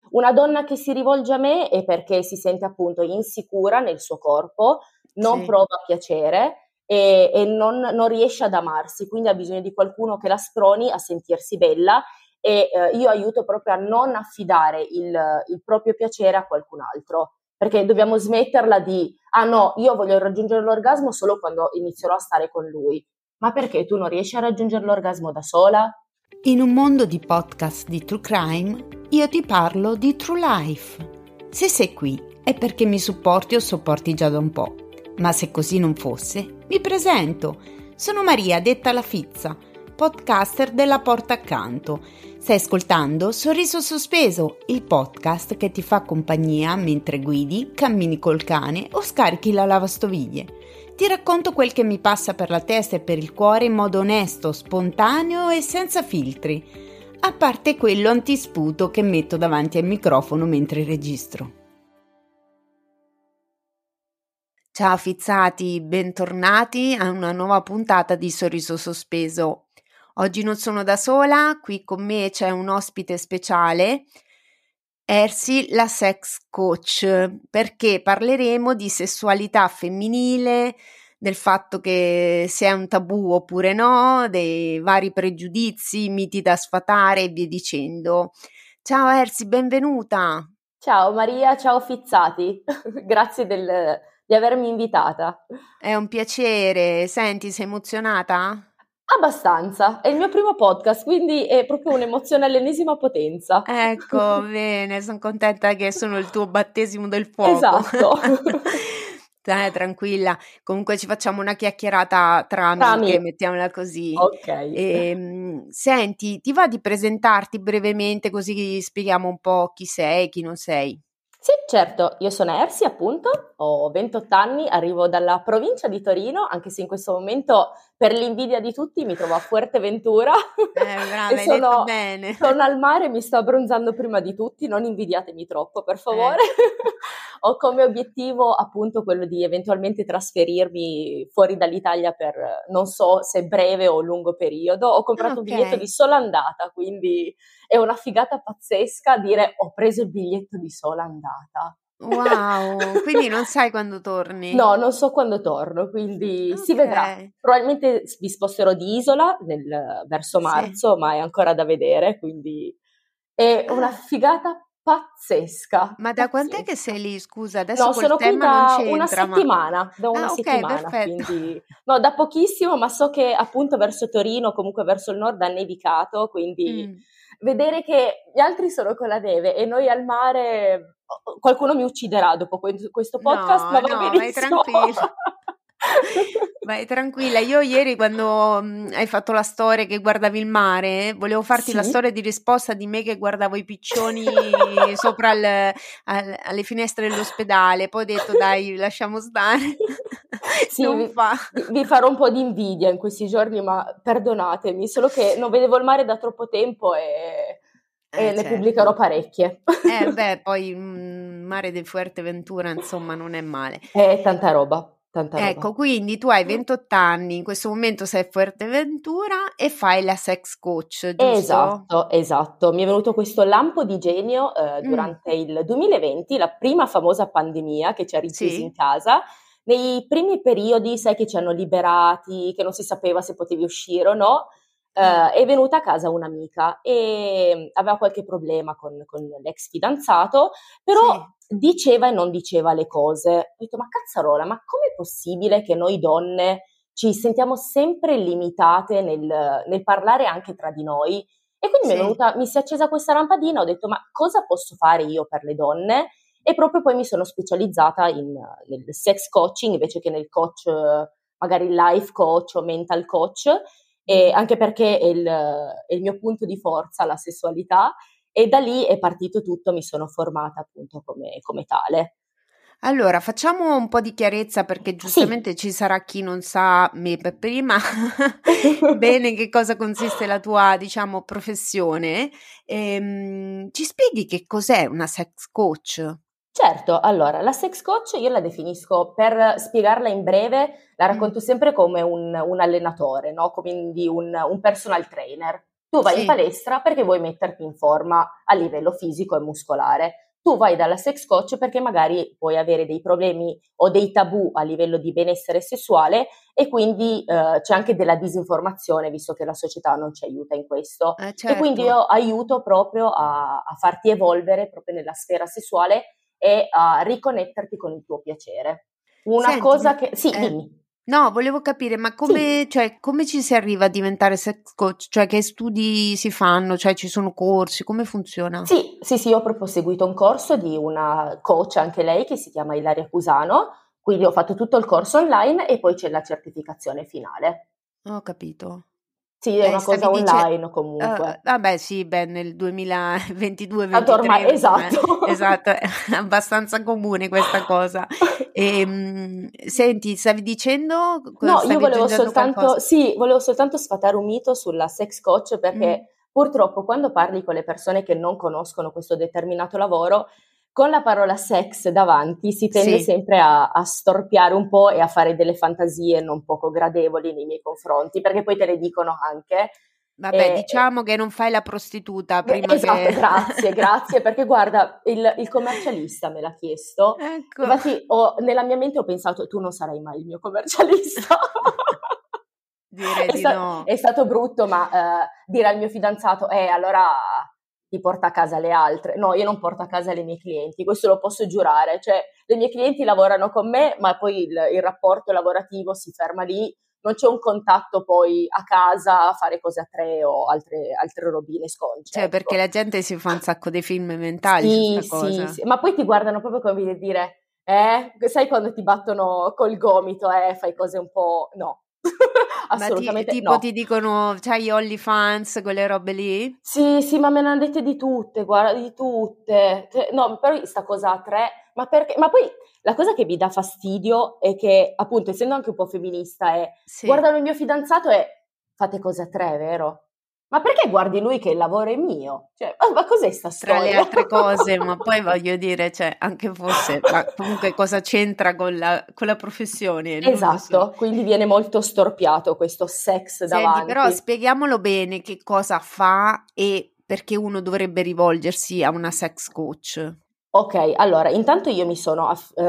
Una donna che si rivolge a me è perché si sente appunto insicura nel suo corpo, non Sì. prova piacere e non riesce ad amarsi, quindi ha bisogno di qualcuno che la sproni a sentirsi bella e io aiuto proprio a non affidare il proprio piacere a qualcun altro, perché dobbiamo smetterla di, ah no, io voglio raggiungere l'orgasmo solo quando inizierò a stare con lui. Ma perché tu non riesci a raggiungere l'orgasmo da sola? In un mondo di podcast di True Crime, io ti parlo di True Life. Se sei qui è perché mi supporti o sopporti già da un po'. Ma se così non fosse, mi presento. Sono Maria, detta la Fizza, podcaster della Porta Accanto. Stai ascoltando Sorriso Sospeso, il podcast che ti fa compagnia mentre guidi, cammini col cane o scarichi la lavastoviglie. Ti racconto quel che mi passa per la testa e per il cuore in modo onesto, spontaneo e senza filtri, a parte quello antisputo che metto davanti al microfono mentre registro. Ciao fizzati, bentornati a una nuova puntata di Sorriso Sospeso. Oggi non sono da sola, qui con me c'è un ospite speciale, Ersi, la sex coach, perché parleremo di sessualità femminile, del fatto che se è un tabù oppure no, dei vari pregiudizi, miti da sfatare e via dicendo. Ciao Ersi, benvenuta! Ciao Maria, ciao Fizzati, grazie di avermi invitata. È un piacere. Senti, sei emozionata? Abbastanza, è il mio primo podcast, quindi è proprio un'emozione all'ennesima potenza. Ecco, bene, sono contenta che sono il tuo battesimo del fuoco. Esatto. Dai, tranquilla, comunque ci facciamo una chiacchierata tra Tra amici. amiche, mettiamola così. Ok. Senti, ti va di presentarti brevemente così spieghiamo un po' chi sei, chi non sei? Sì, certo, io sono Ersi, appunto, ho 28 anni, arrivo dalla provincia di Torino, anche se in questo momento, per l'invidia di tutti, mi trovo a Fuerteventura e Brava, hai detto bene. sono al mare, mi sto abbronzando prima di tutti, non invidiatemi troppo, per favore. Ecco. Ho come obiettivo appunto quello di eventualmente trasferirmi fuori dall'Italia per non so se breve o lungo periodo. Ho comprato un biglietto di Ok. sola andata, quindi è una figata pazzesca dire ho preso il biglietto di sola andata. Wow, quindi non sai quando torni? No, non so quando torno, quindi si Ok, vedrà. Probabilmente mi sposterò di isola verso sì. marzo, ma è ancora da vedere, quindi è una Ah, figata pazzesca, ma da quant'è che pazzesca. sei lì? Scusa, adesso No, col sono qui tema non da una c'entra, ma... settimana, Ah, ok, perfetto. quindi no, da pochissimo, ma so che appunto verso Torino, comunque verso il nord ha nevicato, quindi Mm. vedere che gli altri sono con la neve e noi al mare, qualcuno mi ucciderà dopo questo podcast, ma No, va no, vai benissimo. tranquilla. Vai tranquilla. Io ieri quando hai fatto la storia che guardavi il mare, volevo farti la Sì, storia di risposta di me che guardavo i piccioni sopra alle finestre dell'ospedale. Poi ho detto dai, lasciamo stare. sì, Non fa. vi farò un po' di invidia in questi giorni, ma perdonatemi, solo che non vedevo il mare da troppo tempo e ne pubblicherò Certo. parecchie. Beh, poi il mare di Fuerteventura, insomma, non è male. È tanta roba, tanta roba. Ecco, quindi tu hai 28 anni, in questo momento sei a Fuerteventura e fai la sex coach, giusto? Esatto, esatto. Mi è venuto questo lampo di genio, Mm, durante il 2020, la prima famosa pandemia che ci ha rinchiusi in sì, casa. Nei primi periodi, sai che ci hanno liberati, che non si sapeva se potevi uscire o no, ah, è venuta a casa un'amica e aveva qualche problema con l'ex fidanzato, però sì, diceva e non diceva le cose. Ho detto: "Ma cazzarola, ma com'è possibile che noi donne ci sentiamo sempre limitate nel parlare anche tra di noi?" E quindi sì. mi si è accesa questa lampadina, ho detto: "Ma cosa posso fare io per le donne?" E proprio poi mi sono specializzata nel sex coaching invece che nel coach, magari life coach o mental coach, e Mm. anche perché è il mio punto di forza, la sessualità, e da lì è partito tutto, mi sono formata appunto come tale. Allora, facciamo un po' di chiarezza perché Sì. giustamente ci sarà chi non sa me per prima bene in che cosa consiste la tua, diciamo, professione. Ci spieghi che cos'è una sex coach? Certo, allora la sex coach io la definisco, per spiegarla in breve, la Mm, racconto sempre come un allenatore, no, quindi un personal trainer. Tu vai in Sì. palestra perché vuoi metterti in forma a livello fisico e muscolare. Tu vai dalla sex coach perché magari puoi avere dei problemi o dei tabù a livello di benessere sessuale e quindi c'è anche della disinformazione, visto che la società non ci aiuta in questo. E quindi Certo. io aiuto proprio a farti evolvere proprio nella sfera sessuale e a riconnetterti con il tuo piacere. Una Senti, cosa che... Sì, eh, dimmi. no, volevo capire, ma Sì. come, cioè, come ci si arriva a diventare sex coach? Cioè, che studi si fanno? Cioè, ci sono corsi? Come funziona? Sì, sì, sì, io ho proprio seguito un corso di una coach, anche lei, che si chiama Ilaria Cusano, quindi ho fatto tutto il corso online e poi c'è la certificazione finale. Ho capito. Sì, è una Stavi cosa dicendo, online comunque. vabbè, sì, beh, nel Tanto ormai, 2022-23, insomma, esatto. esatto, è abbastanza comune questa cosa. Senti, stavi dicendo, No, io stavi volevo aggiungendo qualcosa? soltanto, sì, volevo soltanto sfatare un mito sulla sex coach Mm, perché purtroppo quando parli con le persone che non conoscono questo determinato lavoro, con la parola sex davanti si tende sì. sempre a storpiare un po' e a fare delle fantasie non poco gradevoli nei miei confronti, perché poi te le dicono anche. Vabbè, E, diciamo che non fai la prostituta prima che... esatto, grazie, grazie, perché guarda, il commercialista me l'ha chiesto, Ecco. infatti nella mia mente ho pensato, tu non sarai mai il mio commercialista. Direi di È no. stato brutto, ma dire al mio fidanzato, allora ti porta a casa le altre. No, io non porto a casa le mie clienti, questo lo posso giurare. Cioè, le mie clienti lavorano con me, ma poi il rapporto lavorativo si ferma lì, non c'è un contatto poi a casa a fare cose a tre o altre robine sconce, Cioè, perché ecco. la gente si fa un sacco di film mentali su Sì, sta sì, cosa. sì, ma poi ti guardano proprio come per dire, sai quando ti battono col gomito, fai cose un po'... No, Ma assolutamente tipo ti no. dicono, c'hai gli OnlyFans, quelle robe lì? Sì, sì, ma me ne han dette di tutte, guarda, di tutte. Cioè, no, però sta cosa a 3, ma perché? Ma poi la cosa che mi dà fastidio è che, appunto, essendo anche un po' femminista, Sì, guardano il mio fidanzato e fate cose a 3, vero? Ma perché guardi lui che il lavoro è mio? Cioè, ma cos'è sta tra le storia? altre cose, ma poi voglio dire, cioè, anche forse, ma comunque cosa c'entra con la professione? Non lo so. Esatto, quindi viene molto storpiato questo sex Senti, però davanti. spieghiamolo bene che cosa fa e perché uno dovrebbe rivolgersi a una sex coach. Okay, allora intanto io mi sono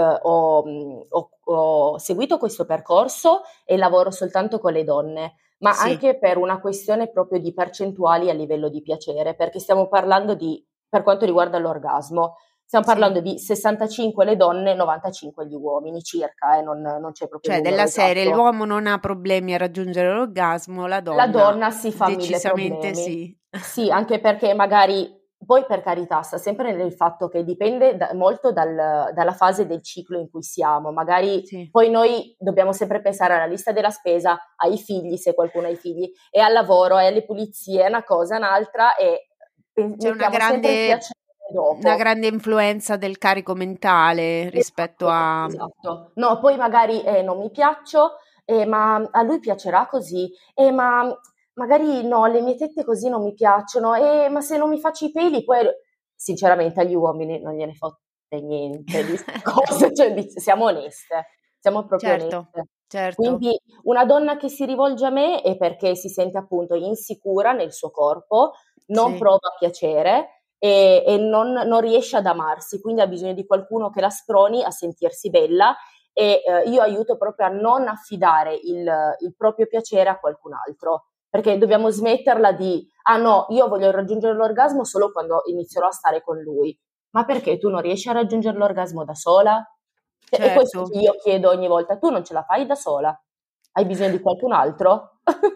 ho seguito questo percorso e lavoro soltanto con le donne, ma Sì, anche per una questione proprio di percentuali a livello di piacere, perché stiamo parlando di per quanto riguarda l'orgasmo, stiamo sì. parlando di 65 le donne, 95 gli uomini circa, non c'è proprio il Cioè, numero della serie, esatto. l'uomo non ha problemi a raggiungere l'orgasmo, la La donna donna si fa 1000 decisamente problemi. sì. Sì, anche perché magari poi per carità sta sempre nel fatto che dipende molto dalla fase del ciclo in cui siamo. Magari Sì. poi noi dobbiamo sempre pensare alla lista della spesa, ai figli, se qualcuno ha i figli, e al lavoro, e alle pulizie, una cosa, un'altra, e C'è mettiamo sempre il piacere una dopo. grande influenza del carico mentale rispetto Esatto, a... esatto. No, poi magari non mi piaccio, ma a lui piacerà così, ma magari no, le mie tette così non mi piacciono, ma se non mi faccio i peli, poi sinceramente agli uomini non gliene fotte niente di queste cose, cioè siamo oneste, siamo proprio Certo, oneste. certo, Quindi una donna che si rivolge a me è perché si sente appunto insicura nel suo corpo, non sì. prova piacere e non riesce ad amarsi, quindi ha bisogno di qualcuno che la sproni a sentirsi bella e io aiuto proprio a non affidare il proprio piacere a qualcun altro, perché dobbiamo smetterla di, ah no, io voglio raggiungere l'orgasmo solo quando inizierò a stare con lui. Ma perché tu non riesci a raggiungere l'orgasmo da sola? Cioè, è questo Certo. che io chiedo ogni volta, tu non ce la fai da sola? Hai bisogno di qualcun altro?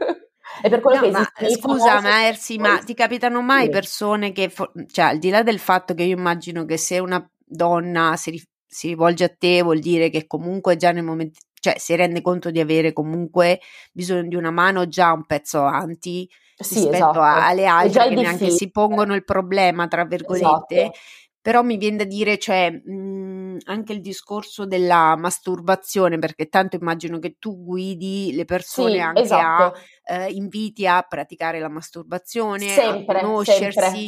È per quello che No, ma esistono i scusa, famosi ma sex Ersi, ma toys. ti capitano mai Dimmi. persone che, cioè, al di là del fatto che io immagino che se una donna si rivolge a te, vuol dire che comunque già nel momento, cioè, si rende conto di avere comunque bisogno di una mano già un pezzo avanti Sì, rispetto esatto. alle E già altre è che neanche difficile. si pongono il problema, tra virgolette. Esatto. Però mi viene da dire, cioè, anche il discorso della masturbazione, perché tanto immagino che tu guidi le persone Sì, anche a esatto. inviti a praticare la masturbazione, a Sempre, sempre. conoscersi,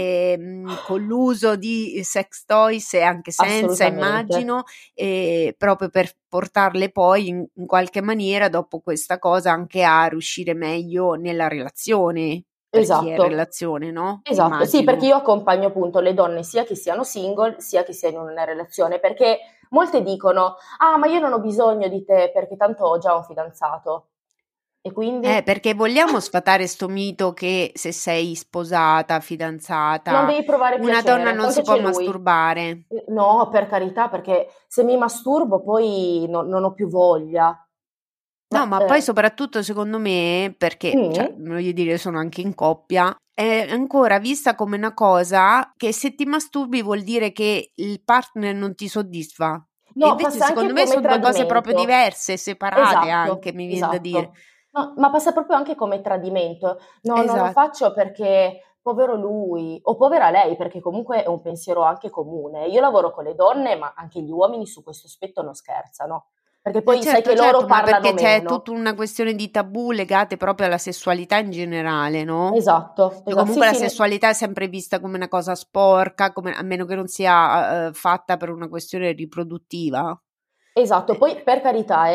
con l'uso di sex toys e anche senza, Assolutamente. immagino, proprio per portarle poi in qualche maniera dopo questa cosa anche a riuscire meglio nella relazione. per chi è in esatto. relazione, no? Esatto, sì, perché Immagino. io accompagno appunto le donne sia che siano single, sia che siano in una relazione, perché molte dicono: "Ah, ma io non ho bisogno di te perché tanto ho già un fidanzato". E quindi? Perché vogliamo sfatare sto mito che se sei sposata, Non fidanzata, devi provare una donna piacere, non tanto si può c'è lui. masturbare? No, per carità, perché se mi masturbo poi non ho più voglia. No, Ma ma poi soprattutto secondo me, perché, cioè, mh? voglio dire, sono anche in coppia, è ancora vista come una cosa che se ti masturbi vuol dire che il partner non ti soddisfa. E No, invece passa anche secondo me come sono due cose proprio tradimento. diverse, separate anche, Esatto, mi viene da dire. esatto. No, ma passa proprio anche come tradimento. No, non lo Esatto. faccio perché povero lui o povera lei, perché comunque è un pensiero anche comune. Io lavoro con le donne, ma anche gli uomini su questo aspetto non scherzano, perché poi sai Certo, che loro certo, ma parlano perché c'è meno. tutta una questione di tabù legate proprio alla sessualità in generale, no? Esatto, Cioè, sì, comunque la sì, sessualità è sempre vista come una cosa sporca, a meno che non sia fatta per una questione riproduttiva. esatto. Eh, Poi per carità,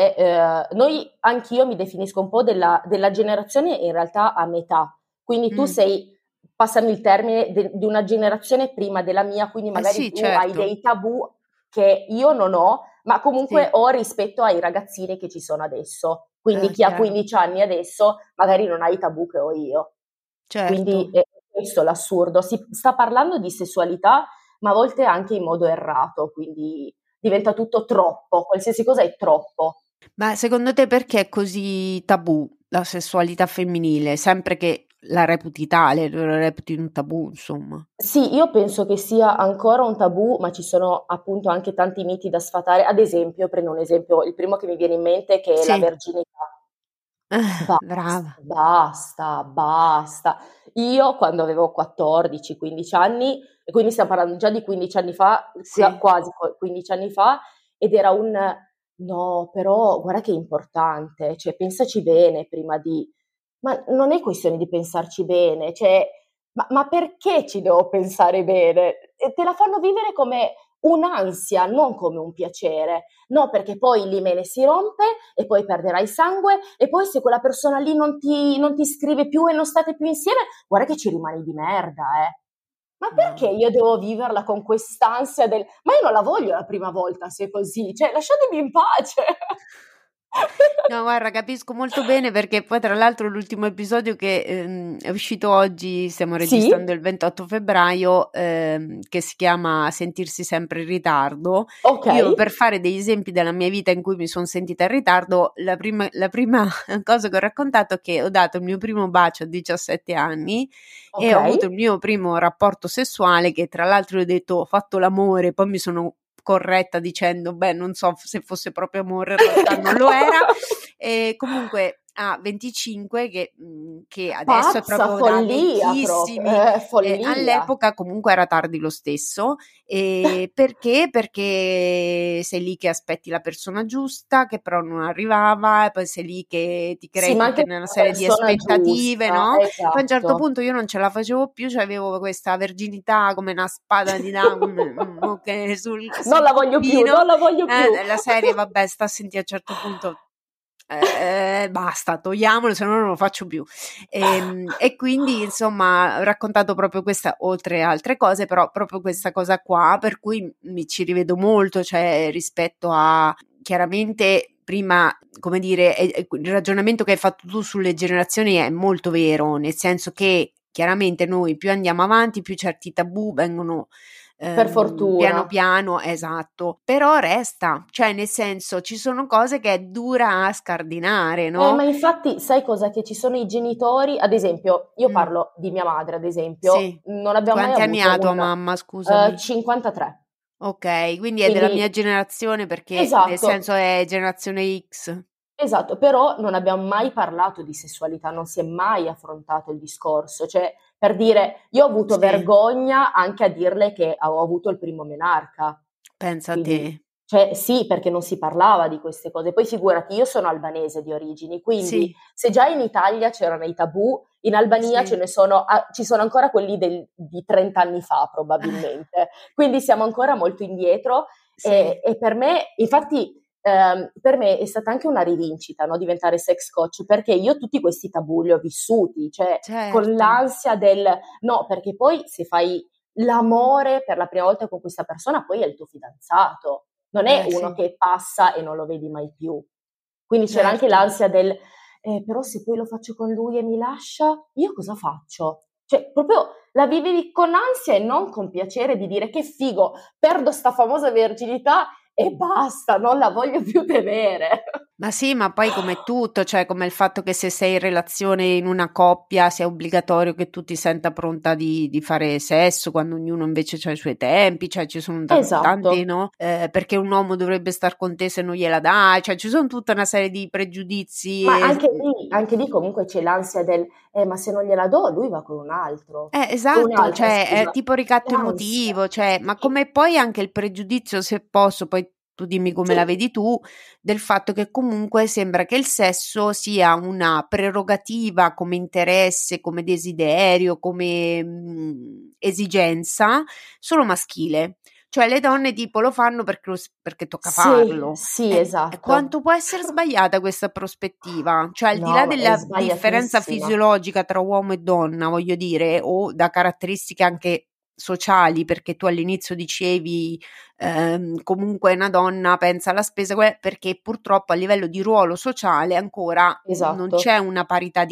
anch'io mi definisco un po' della generazione in realtà a metà. Quindi tu mm, sei, passami il termine, di una generazione prima della mia, quindi magari sì, tu hai certo, dei tabù che io non ho, ma comunque sì, ho rispetto ai ragazzini che ci sono adesso. Quindi chi ha chiaro, 15 anni adesso magari non ha i tabù che ho io. Quindi certo. è questo l'assurdo. Si sta parlando di sessualità, ma a volte anche in modo errato, quindi diventa tutto troppo, qualsiasi cosa è troppo. Ma secondo te perché è così tabù la sessualità femminile? Sempre che la reputi tale, la reputi un tabù, insomma. Sì, io penso che sia ancora un tabù, ma ci sono appunto anche tanti miti da sfatare. Ad esempio, prendo un esempio, il primo che mi viene in mente che è la Sì, verginità. Basta, brava. basta, basta. Io quando avevo 14, 15 anni, e quindi stiamo parlando già di 15 anni fa, Sì. quasi 15 anni fa, ed era un no, però guarda che è importante, cioè pensaci bene prima di... Ma non è questione di pensarci bene, cioè, ma perché ci devo pensare bene? E te la fanno vivere come un'ansia, non come un piacere. No, perché poi l'imene si rompe e poi perderai sangue e poi se quella persona lì non ti scrive più e non state più insieme, guarda che ci rimani di merda, eh. Ma perché No. io devo viverla con quest'ansia del ma io non la voglio la prima volta se è così, cioè lasciatemi in pace. No, guarda, capisco molto bene perché poi tra l'altro l'ultimo episodio che è uscito oggi, stiamo registrando Sì, il 28 febbraio, che si chiama Sentirsi sempre in ritardo. ok, Io per fare degli esempi della mia vita in cui mi sono sentita in ritardo, la prima cosa che ho raccontato è che ho dato il mio primo bacio a 17 anni ok. e ho avuto il mio primo rapporto sessuale che tra l'altro ho detto ho fatto l'amore, poi mi sono corretta dicendo, beh, non so se fosse proprio amore, in realtà non lo era. E comunque a 25, che adesso è Pazza, proprio da follia proprio, vecchissimi, follia. all'epoca comunque era tardi lo stesso. Perché? Perché sei lì che aspetti la persona giusta, che però non arrivava, e poi sei lì che ti Sì, crei ma anche tutta una la serie di persona aspettative, giusta, no? Poi a un certo esatto. punto io non ce la facevo più, cioè avevo questa verginità come una spada di Damocle che Non sul la voglio più, non pippino, la voglio più. la serie, vabbè, sta a sentire a un certo punto. Basta, togliamolo, se no non lo faccio più. E quindi, insomma, ho raccontato proprio questa, oltre altre cose, però proprio questa cosa qua, per cui mi ci rivedo molto, cioè rispetto a chiaramente prima, come dire, il ragionamento che hai fatto tu sulle generazioni è molto vero, nel senso che chiaramente noi più andiamo avanti, più certi tabù vengono Per piano fortuna. piano, esatto, però resta, cioè nel senso ci sono cose che è dura a scardinare, Ma no? infatti sai cos'è? Che ci sono i genitori, ad esempio, io Mm, parlo di mia madre, ad esempio, sì. non abbiamo mai Quanti anni avuto ha tua un mamma, scusami? 53, Ok, quindi è della mia quindi generazione perché nel esatto, senso è generazione X. esatto, però non abbiamo mai parlato di sessualità, non si è mai affrontato il discorso, cioè per dire, io ho avuto Sì, vergogna anche a dirle che ho avuto il primo menarca. pensa a te. Quindi, cioè sì, perché non si parlava di queste cose. Poi figurati, io sono albanese di origini, quindi Sì, se già in Italia c'erano i tabù, in Albania ce sì, ne sono, ci sono ancora quelli di 30 anni fa probabilmente. Quindi siamo ancora molto indietro sì, e per me, infatti per me è stata anche una rivincita, no, diventare sex coach, perché io tutti questi tabù li ho vissuti, cioè con Certo. l'ansia del no, perché poi se fai l'amore per la prima volta con questa persona, poi è il tuo fidanzato, non è uno Sì, che passa e non lo vedi mai più. Quindi c'era anche certo. l'ansia del però se poi lo faccio con lui e mi lascia, io cosa faccio? Cioè, proprio la vivevi con ansia e non con piacere di dire che figo, perdo sta famosa verginità e basta, non la voglio più tenere. Ma sì, ma poi come tutto, cioè come il fatto che se sei in relazione in una coppia sia obbligatorio che tu ti senta pronta di fare sesso quando ognuno invece ha i suoi tempi, cioè ci sono tanti, Esatto. no? Perché un uomo dovrebbe star con te se non gliela dai, cioè ci sono tutta una serie di pregiudizi. Ma anche lì comunque c'è l'ansia del ma se non gliela do, lui va con un altro. Con Esatto, un'altra, cioè è scusa. tipo ricatto L'ansia. emotivo, cioè, ma come poi anche il pregiudizio, se posso, poi tu dimmi come la Sì, vedi tu, del fatto che comunque sembra che il sesso sia una prerogativa come interesse, come desiderio, come esigenza solo maschile. Cioè le donne tipo lo fanno perché tocca sì, farlo. sì, E esatto. quanto può essere sbagliata questa prospettiva? Cioè, al di là No, ma è della differenza sbagliatissima. fisiologica tra uomo e donna, voglio dire, o da caratteristiche anche sociali, perché tu all'inizio dicevi comunque una donna pensa alla spesa, perché purtroppo a livello di ruolo sociale ancora non Esatto. c'è una parità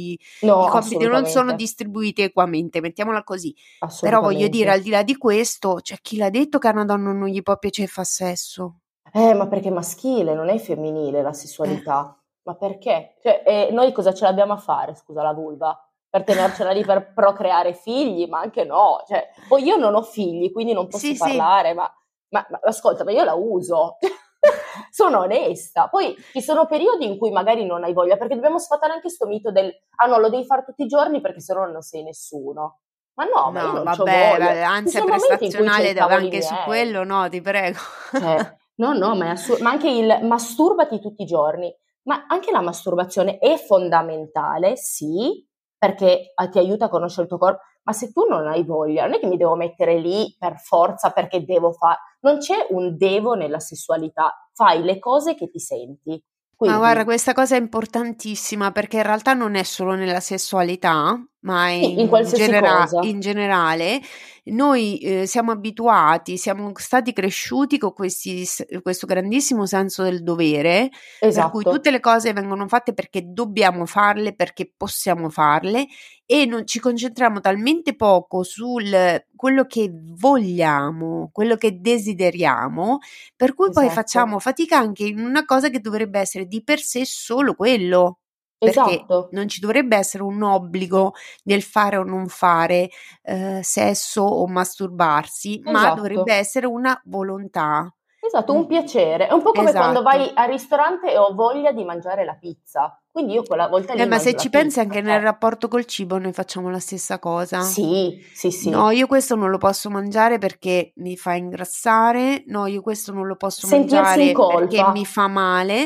i No, compiti non sono assolutamente, distribuiti equamente, mettiamola così. Però voglio dire, al assolutamente. di là di questo, c'è chi l'ha detto che a una donna non gli può piacere fa sesso? Ma perché è maschile, non è femminile la Eh. sessualità. Ma perché? Cioè, noi cosa ce l'abbiamo a fare, scusa, la vulva? Per tenercela lì per procreare figli? Ma anche no. Cioè, poi io non ho figli, quindi non posso Sì, sì. parlare, ma ascolta, ma io la uso. Sono onesta. Poi ci sono periodi in cui magari non hai voglia, perché dobbiamo sfatare anche sto mito del ah no, lo devi fare tutti i giorni perché sennò non sei nessuno. Ma no, ma io No, non c'ho vabbè, voglia. Ci l'ansia sono momenti in cui c'ho i prestazionale cavoli anche su miei. quello, no, ti prego. Cioè, no, no, ma è ma anche il masturbati tutti i giorni. Ma anche la masturbazione è fondamentale, sì, perché ti aiuta a conoscere il tuo corpo, ma se tu non hai voglia, non è che mi devo mettere lì per forza perché devo fare. Non c'è un devo nella sessualità, fai le cose che ti senti. Ma guarda, Quindi, questa cosa è importantissima perché in realtà non è solo nella sessualità, ma sì, in qualsiasi cosa. in generale. Noi siamo abituati, siamo stati cresciuti con questo grandissimo senso del dovere, per cui Esatto, tutte le cose vengono fatte perché dobbiamo farle, perché possiamo farle e non ci concentriamo talmente poco sul quello che vogliamo, quello che desideriamo, per cui poi esatto, facciamo fatica anche in una cosa che dovrebbe essere di per sé solo quello, perché esatto, non ci dovrebbe essere un obbligo nel fare o non fare sesso o masturbarsi, ma dovrebbe esatto. essere una volontà. Esatto, un Mm, piacere. È un po' come quando esatto. vai al ristorante e ho voglia di mangiare la pizza. Quindi io quella volta lì Ma mangio se la ci pensi pizza. anche nel rapporto col cibo noi facciamo la stessa cosa. Sì, sì, No, sì. io questo non lo posso mangiare perché mi fa ingrassare. No, io questo non lo posso Sentirsi in mangiare perché mi colpa. fa male.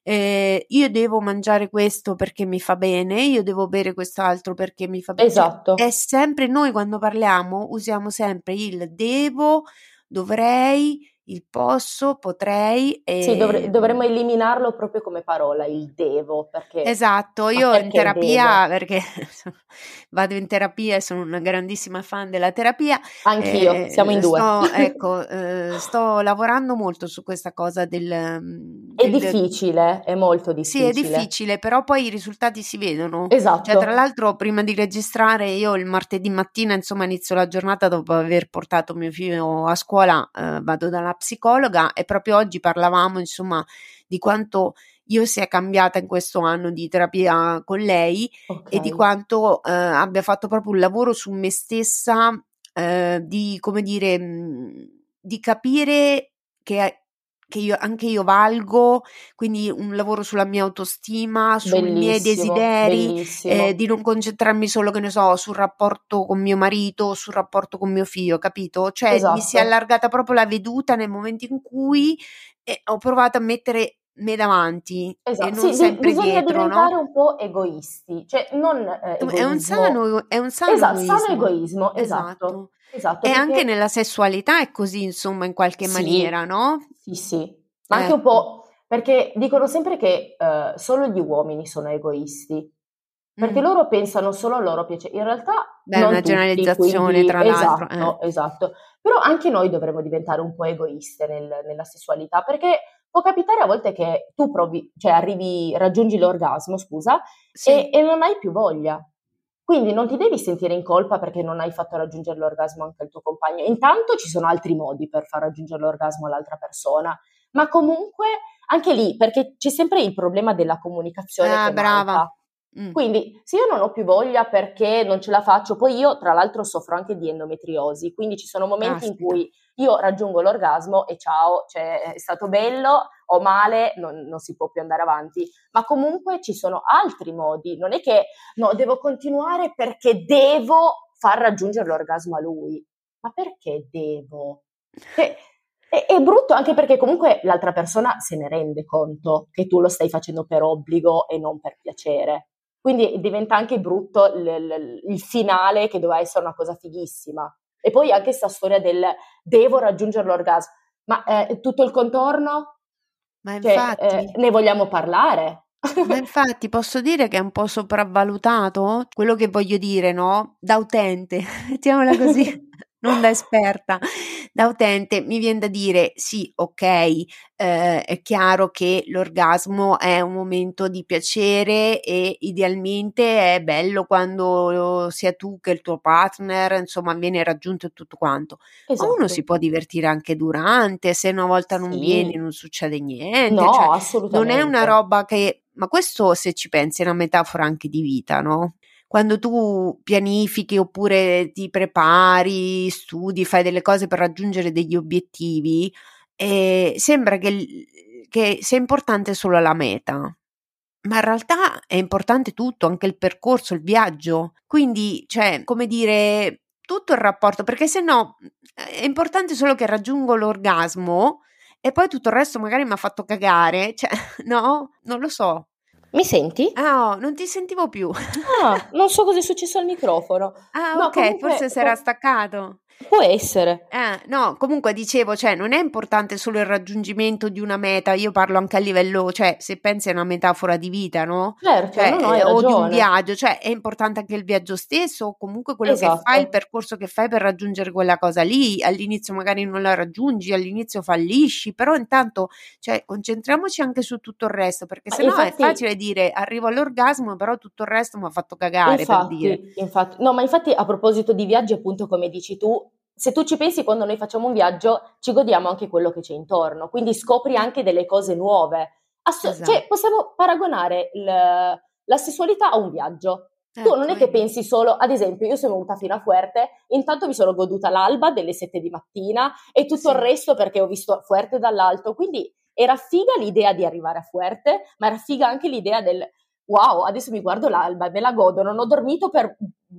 Io devo mangiare questo perché mi fa bene. Io devo bere quest'altro perché mi fa bene. Cioè, è Esatto. sempre noi quando parliamo usiamo sempre il devo, dovrei, il posso, potrei. Sì, dovremmo eliminarlo proprio come parola, il devo, perché Esatto, ma io in perché terapia, devo? perché vado in terapia e sono una grandissima fan della terapia, Anch'io, siamo in due. ecco, sto lavorando molto su questa cosa È difficile, è molto sì, è difficile. difficile, però poi i risultati si vedono. Cioè, tra Esatto. l'altro, prima di registrare, io il martedì mattina, insomma, inizio la giornata dopo aver portato mio figlio a scuola, vado dalla psicologa e proprio oggi parlavamo, insomma, di quanto io sia cambiata in questo anno di terapia con lei Ok, e di quanto abbia fatto proprio un lavoro su me stessa, di, come dire, di capire che io, anche io valgo, quindi un lavoro sulla mia autostima, sui miei bellissimo, desideri, bellissimo. di non concentrarmi solo, che ne so, sul rapporto con mio marito, sul rapporto con mio figlio, capito? Cioè mi si è Esatto. allargata proprio la veduta nel momento in cui ho provato a mettere me davanti e non Sì, sempre bisogna dietro, no? diventare un po' egoisti, cioè non egoismo, È un sano sano egoismo, egoismo, esatto, esatto. esatto, E anche perché nella sessualità è così, insomma, in qualche sì, maniera, no? sì, sì, ma anche un Ecco. po'. Perché dicono sempre che solo gli uomini sono egoisti, perché loro pensano solo al loro piacere. In realtà Beh, è non una tutti, generalizzazione, quindi tra l'altro. esatto. Però anche noi dovremmo diventare un po' egoiste nella sessualità, perché può capitare a volte che tu provi, cioè raggiungi l'orgasmo, scusa, Sì. e non hai più voglia. Quindi non ti devi sentire in colpa perché non hai fatto raggiungere l'orgasmo anche al tuo compagno. Intanto ci sono altri modi per far raggiungere l'orgasmo all'altra persona, ma comunque anche lì, perché c'è sempre il problema della comunicazione Ah, che brava. manca. Quindi se io non ho più voglia perché non ce la faccio, poi io tra l'altro soffro anche di endometriosi, quindi ci sono momenti in Caspita. cui io raggiungo l'orgasmo e ciao, cioè è stato bello, ho male, non si può più andare avanti, ma comunque ci sono altri modi, non è che no, devo continuare perché devo far raggiungere l'orgasmo a lui, ma perché devo? Cioè, è brutto anche perché comunque l'altra persona se ne rende conto che tu lo stai facendo per obbligo e non per piacere. Quindi diventa anche brutto il finale che doveva essere una cosa fighissima. E poi anche questa storia del devo raggiungere l'orgasmo, ma tutto il contorno? Ma Cioè, infatti, ne vogliamo parlare? ma infatti posso dire che è un po' sopravvalutato quello che voglio dire, no? Da utente, mettiamola così, non da esperta, da utente mi viene da dire sì, ok, è chiaro che l'orgasmo è un momento di piacere e idealmente è bello quando sia tu che il tuo partner, insomma, viene raggiunto e tutto quanto. Ma uno si Esatto. può divertire anche durante, se una volta non viene Sì. non succede niente, cioè No, non è una assolutamente. roba che, ma questo se ci pensi è una metafora anche di vita, no? Quando tu pianifichi oppure ti prepari, studi, fai delle cose per raggiungere degli obiettivi, sembra che sia importante solo la meta, ma in realtà è importante tutto, anche il percorso, il viaggio. Quindi, cioè, come dire, tutto il rapporto, perché se no è importante solo che raggiungo l'orgasmo e poi tutto il resto magari mi ha fatto cagare, cioè, no? Non lo so. Mi senti? Ah, oh, non ti sentivo più. Ah, non so cosa è successo al microfono. Ah, No, ok, comunque forse si era staccato. può essere. No, comunque dicevo, cioè, non è importante solo il raggiungimento di una meta, io parlo anche a livello, cioè, se pensi a una metafora di vita, no? Certo, Cioè, no, no, hai o di un ragione. viaggio, cioè, è importante anche il viaggio stesso, o comunque quello che fai, il Esatto. percorso che fai per raggiungere quella cosa lì. All'inizio magari non la raggiungi, all'inizio fallisci, però intanto, cioè, concentriamoci anche su tutto il resto, perché Ma sennò è infatti, facile dire arrivo all'orgasmo, però tutto il resto mi ha fatto cagare, per dire. no, ma infatti a proposito di viaggi, appunto, come dici tu, se tu ci pensi, quando noi facciamo un viaggio, ci godiamo anche quello che c'è intorno, quindi scopri anche delle cose nuove. Cioè, Esatto. possiamo paragonare la sessualità a un viaggio. Tu non Ecco, è che vedi? pensi solo, ad esempio, io sono venuta fino a Fuerte, intanto mi sono goduta l'alba delle 7 di mattina e tutto il Sì. resto perché ho visto Fuerte dall'alto, quindi era figa l'idea di arrivare a Fuerte, ma era figa anche l'idea del wow, adesso mi guardo l'alba e me la godo, non ho dormito per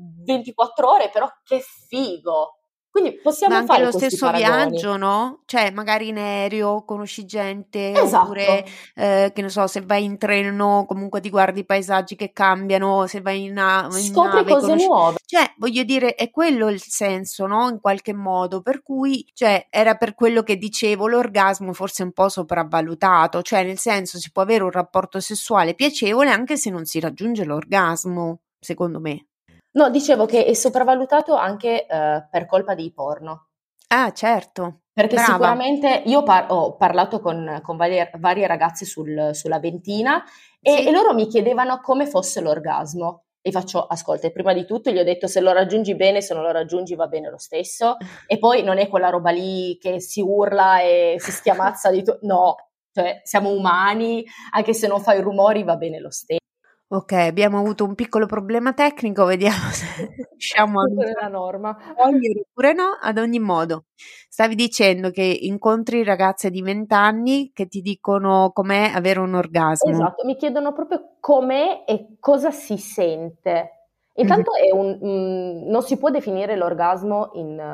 24 ore, però che figo! Quindi Ma possiamo anche fare lo questi stesso paragoni. viaggio, no, cioè magari in aereo conosci gente Esatto, oppure, che ne so, se vai in treno comunque ti guardi i paesaggi che cambiano, se vai in scopri nave cose conosci, nuove. cioè voglio dire è quello il senso, no, in qualche modo, per cui, cioè era per quello che dicevo, l'orgasmo forse è un po' sopravvalutato, cioè nel senso si può avere un rapporto sessuale piacevole anche se non si raggiunge l'orgasmo, secondo me. No, dicevo che è sopravvalutato anche per colpa dei porno. Ah, certo, Perché brava, sicuramente io ho parlato con varie ragazze sulla ventina e sì. loro mi chiedevano come fosse l'orgasmo. E faccio, ascolta, prima di tutto gli ho detto se lo raggiungi bene, se non lo raggiungi va bene lo stesso. E poi non è quella roba lì che si urla e si schiamazza di tutto. No, cioè siamo umani, anche se non fai rumori va bene lo stesso. Ok, abbiamo avuto un piccolo problema tecnico, vediamo se riusciamo a Tutto nella norma. togliere oppure no. Ad ogni modo, stavi dicendo che incontri ragazze di 20 anni che ti dicono com'è avere un orgasmo. Esatto, mi chiedono proprio com'è e cosa si sente. Mhm. Intanto non si può definire l'orgasmo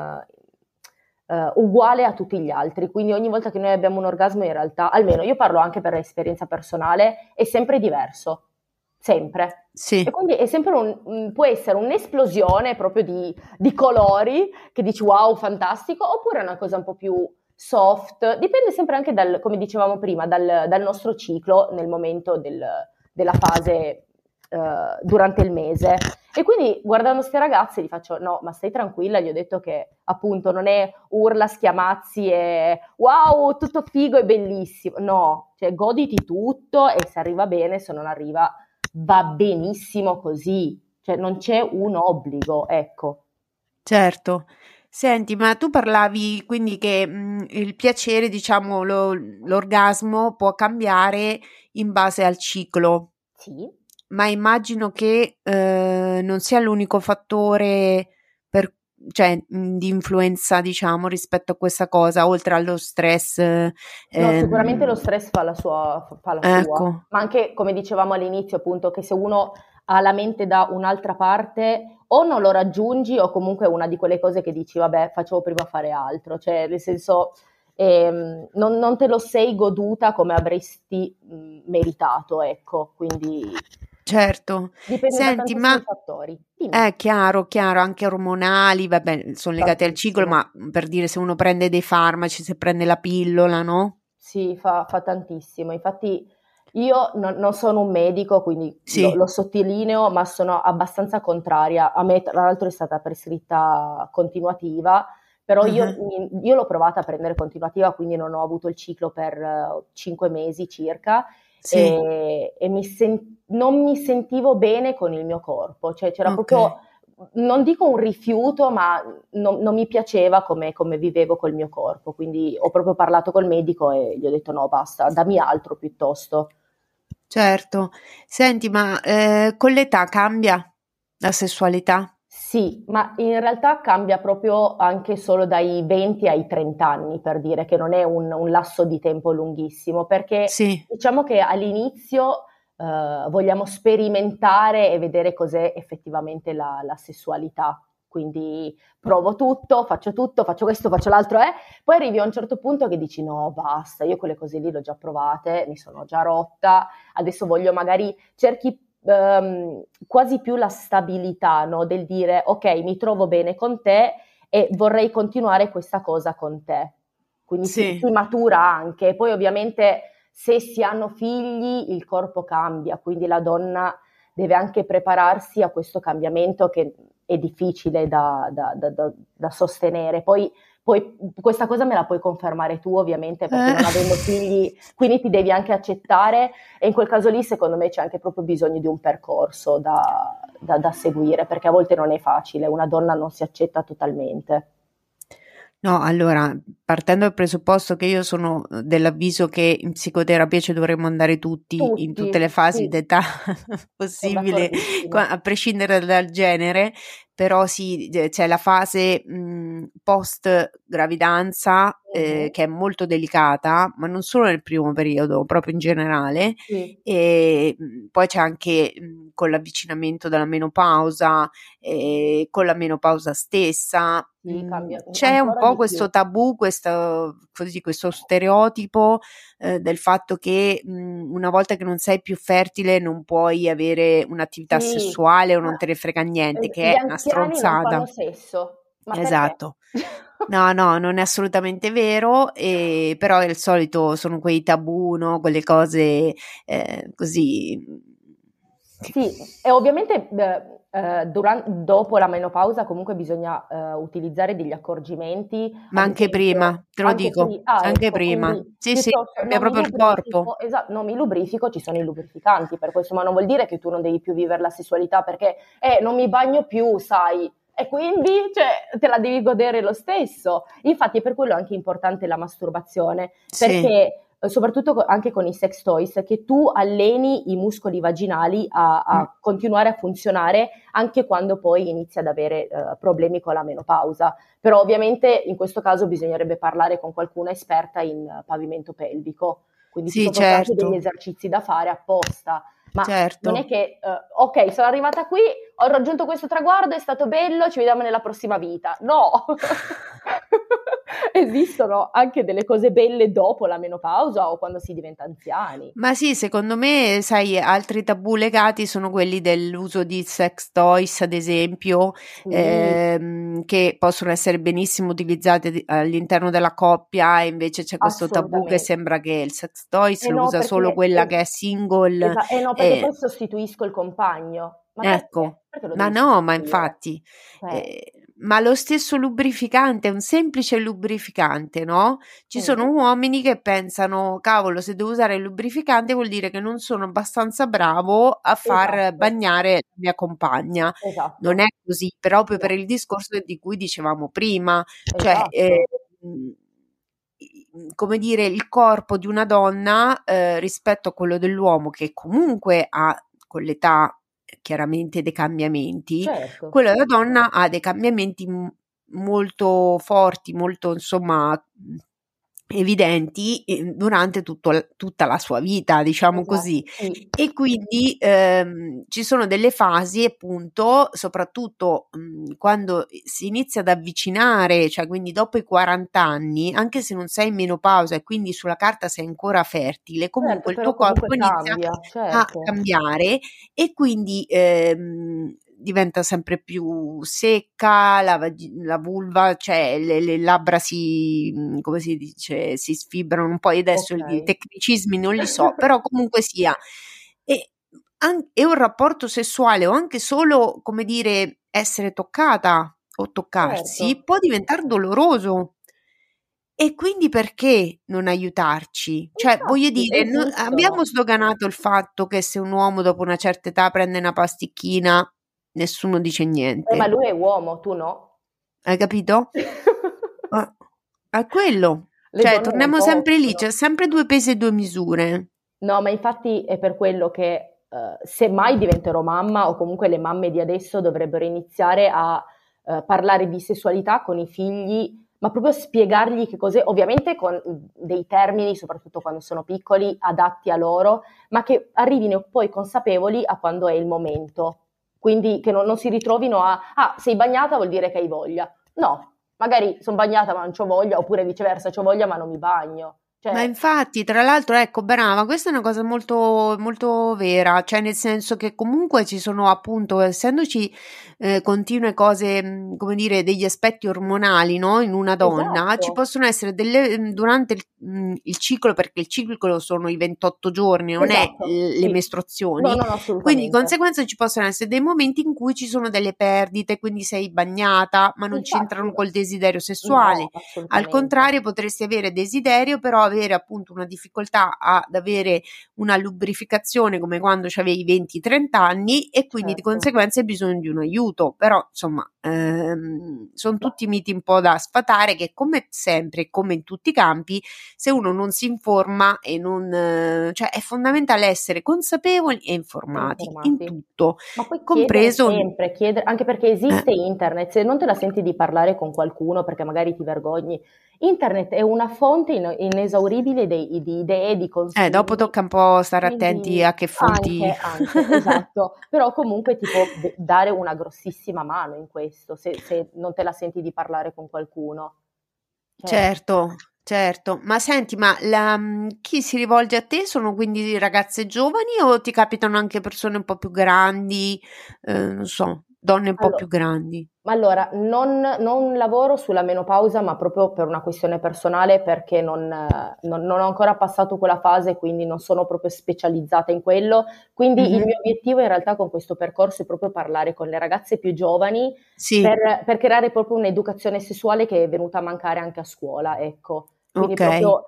uguale a tutti gli altri, quindi ogni volta che noi abbiamo un orgasmo in realtà, almeno io parlo anche per esperienza personale, è sempre diverso, sempre. E Sì, quindi è sempre può essere un'esplosione proprio di colori che dici wow, fantastico, oppure è una cosa un po' più soft, dipende sempre anche come dicevamo prima, dal nostro ciclo nel momento della fase durante il mese. E quindi guardando queste ragazze gli faccio no, ma stai tranquilla, gli ho detto che appunto non è urla, schiamazzi e wow, tutto figo e bellissimo, no, cioè goditi tutto e se arriva bene, se non arriva va benissimo così, cioè non c'è un obbligo, ecco. Certo. Senti, ma tu parlavi quindi che il piacere, diciamo, l'orgasmo può cambiare in base al ciclo, Sì. ma immagino che non sia l'unico fattore cioè, di influenza, diciamo, rispetto a questa cosa, oltre allo stress. No, sicuramente lo stress fa la sua, Ecco, ma anche come dicevamo all'inizio, appunto, che se uno ha la mente da un'altra parte, o non lo raggiungi, o comunque è una di quelle cose che dici, vabbè, facevo prima fare altro, cioè nel senso non te lo sei goduta come avresti meritato, ecco, quindi certo. dipende da Senti, tantissimi ma fattori. Dimmi. è chiaro, chiaro, anche ormonali, vabbè, sono legati al ciclo, Tantissimo. ma per dire se uno prende dei farmaci, se prende la pillola, no? Sì, fa tantissimo. Infatti io non sono un medico, quindi Sì. lo sottolineo, ma sono abbastanza contraria. A me, tra l'altro, è stata prescritta continuativa, però Ah, io l'ho provata a prendere continuativa, quindi non ho avuto il ciclo per 5 mesi circa sì, e non mi sentivo bene con il mio corpo, cioè c'era ok. proprio, non dico un rifiuto, ma non mi piaceva come vivevo col mio corpo, quindi ho proprio parlato col medico e gli ho detto no, basta, dammi altro piuttosto. Certo. Senti, ma con l'età cambia la sessualità? Sì, ma in realtà cambia proprio anche solo dai 20 ai 30 anni, per dire che non è un lasso di tempo lunghissimo, perché Sì, diciamo che all'inizio vogliamo sperimentare e vedere cos'è effettivamente la sessualità. Quindi provo tutto, faccio questo, faccio l'altro, poi arrivi a un certo punto che dici no, basta, io quelle cose lì le ho già provate, mi sono già rotta, adesso voglio magari cerchi quasi più la stabilità, no? Del dire ok, mi trovo bene con te e vorrei continuare questa cosa con te. Quindi sì. si matura anche. Poi ovviamente se si hanno figli il corpo cambia, quindi la donna deve anche prepararsi a questo cambiamento che è difficile da sostenere. Poi questa cosa me la puoi confermare tu ovviamente perché Eh. non avendo figli, quindi ti devi anche accettare e in quel caso lì secondo me c'è anche proprio bisogno di un percorso da seguire perché a volte non è facile, una donna non si accetta totalmente. No, allora, partendo dal presupposto che io sono dell'avviso che in psicoterapia ci dovremmo andare tutti in tutte le Tutti, fasi sì, d'età sono possibile, d'accordissimo. a prescindere dal genere, però sì, c'è la fase post gravidanza Mhm. che è molto delicata, ma non solo nel primo periodo, proprio in generale, Sì, e poi c'è anche con l'avvicinamento della menopausa, con la menopausa stessa. sì, cambia C'è un ancora po' di più. questo tabù, questo stereotipo del fatto che una volta che non sei più fertile non puoi avere un'attività Sì, sessuale o non ma te ne frega niente, che gli è una anziani non fanno stronzata. sesso, ma perché? Esatto. No, no, non è assolutamente vero, però è il solito, sono quei tabù, no? Quelle cose così. Sì, e ovviamente dopo la menopausa comunque bisogna utilizzare degli accorgimenti, Ma ad anche prima, esempio, te lo anche dico, anche ecco, prima. quindi Sì, sì, piuttosto cambia proprio il corpo. non mi lubrifico, ci sono i lubrificanti per questo, ma non vuol dire che tu non devi più vivere la sessualità perché non mi bagno più, sai, e quindi cioè, te la devi godere lo stesso. Infatti è per quello anche importante la masturbazione, Sì, perché soprattutto anche con i sex toys, che tu alleni i muscoli vaginali a, mm, a continuare a funzionare anche quando poi inizi ad avere problemi con la menopausa. Però ovviamente in questo caso bisognerebbe parlare con qualcuno esperta in pavimento pelvico, quindi ci sì, sono proprio anche degli certo, esercizi da fare apposta. Ma non è certo. che, ok, sono arrivata qui, ho raggiunto questo traguardo, è stato bello, ci vediamo nella prossima vita. No! esistono anche delle cose belle dopo la menopausa o quando si diventa anziani. Ma sì, secondo me, sai, altri tabù legati sono quelli dell'uso di sex toys, ad esempio, Sì, che possono essere benissimo utilizzati all'interno della coppia, e invece c'è questo tabù che assolutamente. sembra che il sex toys Eh lo no, usa solo perché quella che è single. no, perché poi sostituisco il compagno. Ma perché? Ecco, Perché lo ma devi no, ma sostituire? infatti, Cioè, ma lo stesso lubrificante, un semplice lubrificante, no? Ci sono mh, uomini che pensano, cavolo, se devo usare il lubrificante vuol dire che non sono abbastanza bravo a far esatto, bagnare la mia compagna. Non è esatto. così, proprio per No, il discorso di cui dicevamo prima, cioè, esatto, mh, come dire, il corpo di una donna rispetto a quello dell'uomo, che comunque ha con l'età chiaramente dei cambiamenti, certo. quello della donna ha dei cambiamenti molto forti, molto insomma evidenti durante tutta la sua vita, diciamo Esatto, così. sì. E quindi ci sono delle fasi, appunto, soprattutto quando si inizia ad avvicinare, cioè quindi dopo i 40 anni, anche se non sei in menopausa e quindi sulla carta sei ancora fertile, Certo, comunque il però tuo comunque corpo inizia cambia, a certo. cambiare e quindi diventa sempre più secca la vulva, cioè le labbra come si dice, si sfibrano un po'. Io adesso i Okay. tecnicismi non li so, però comunque sia. E, e un rapporto sessuale o anche solo, come dire, essere toccata o toccarsi Certo, può diventare doloroso. E quindi perché non aiutarci? Cioè, voglio infatti dire, abbiamo esistono. sdoganato il fatto che se un uomo dopo una certa età prende una pasticchina, nessuno dice Ma niente. lui è uomo, tu no. Hai capito? Ah, è quello. Le Cioè, donne non torniamo sempre lì, c'è possono. sempre due pesi e due misure. No, ma infatti è per quello che se mai diventerò mamma o comunque le mamme di adesso dovrebbero iniziare a parlare di sessualità con i figli, ma proprio spiegargli che cos'è, ovviamente con dei termini, soprattutto quando sono piccoli, adatti a loro, ma che arrivino poi consapevoli a quando è il momento. Quindi che non si ritrovino ah, sei bagnata vuol dire che hai voglia. No, magari sono bagnata ma non c'ho voglia, oppure viceversa, c'ho voglia ma non mi bagno. Ma Cioè, infatti, tra l'altro, ecco, brava, questa è una cosa molto, molto vera, cioè nel senso che comunque ci sono appunto, essendoci continue cose, come dire, degli aspetti ormonali, no? In una donna, ci esatto. possono essere durante il ciclo, perché il ciclo sono i 28 giorni, non è Esatto, le sì. No, mestruazioni, no, no, quindi di assolutamente. conseguenza ci possono essere dei momenti in cui ci sono delle perdite, quindi sei bagnata, ma non Infatti, c'entrano col desiderio no, sessuale. Al assolutamente. contrario, potresti avere desiderio, però avere appunto una difficoltà ad avere una lubrificazione come quando avevi 20-30 anni e quindi di Certo, conseguenza hai bisogno di un aiuto. Però insomma, sono ma tutti miti un po' da sfatare che come sempre, come in tutti i campi, se uno non si informa e non, cioè è fondamentale essere consapevoli e e informati in informati. tutto, Ma poi chiedere compreso, sempre, chiedere, anche perché eh, esiste internet, se non te la senti di parlare con qualcuno perché magari ti vergogni, internet è una fonte inesauribile di idee, di dopo consigli, tocca un po' stare attenti quindi a che fonti. anche, esatto, però comunque ti può dare una grossissima mano in questo, se non te la senti di parlare con qualcuno. Cioè, Certo, certo. Ma senti, chi si rivolge a te sono quindi ragazze giovani o ti capitano anche persone un po' più grandi, non so, donne un po' più allo grandi? ma allora, non lavoro sulla menopausa, ma proprio per una questione personale, perché non ho ancora passato quella fase, quindi non sono proprio specializzata in quello. Quindi il Mhm. mio obiettivo in realtà con questo percorso è proprio parlare con le ragazze più giovani Sì, per creare proprio un'educazione sessuale che è venuta a mancare anche a scuola, ecco. Quindi ok. proprio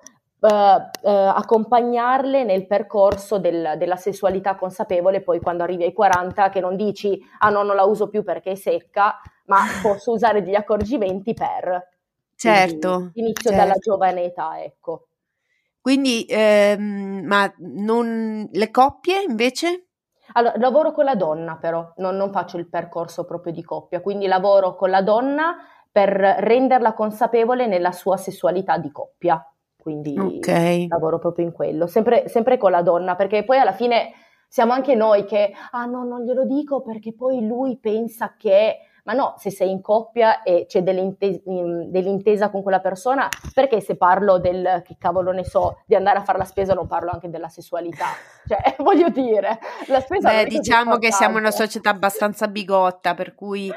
accompagnarle nel percorso della sessualità consapevole, poi quando arrivi ai 40, che non dici, ah no, non la uso più perché è secca, ma posso usare degli accorgimenti per. Quindi Certo, inizio dalla certo. giovane età, ecco. Quindi, ma non le coppie invece? Allora, lavoro con la donna però, non faccio il percorso proprio di coppia, quindi lavoro con la donna per renderla consapevole nella sua sessualità di coppia, Ok. quindi lavoro proprio in quello, sempre con la donna, perché poi alla fine siamo anche noi che, ah no, non glielo dico perché poi lui pensa che, Ma no, se sei in coppia e c'è dell'intesa con quella persona, perché se parlo del, che cavolo ne so, di andare a fare la spesa non parlo anche della sessualità? Cioè, voglio dire, la spesa non Beh, è così diciamo che siamo una importante. società abbastanza bigotta, per cui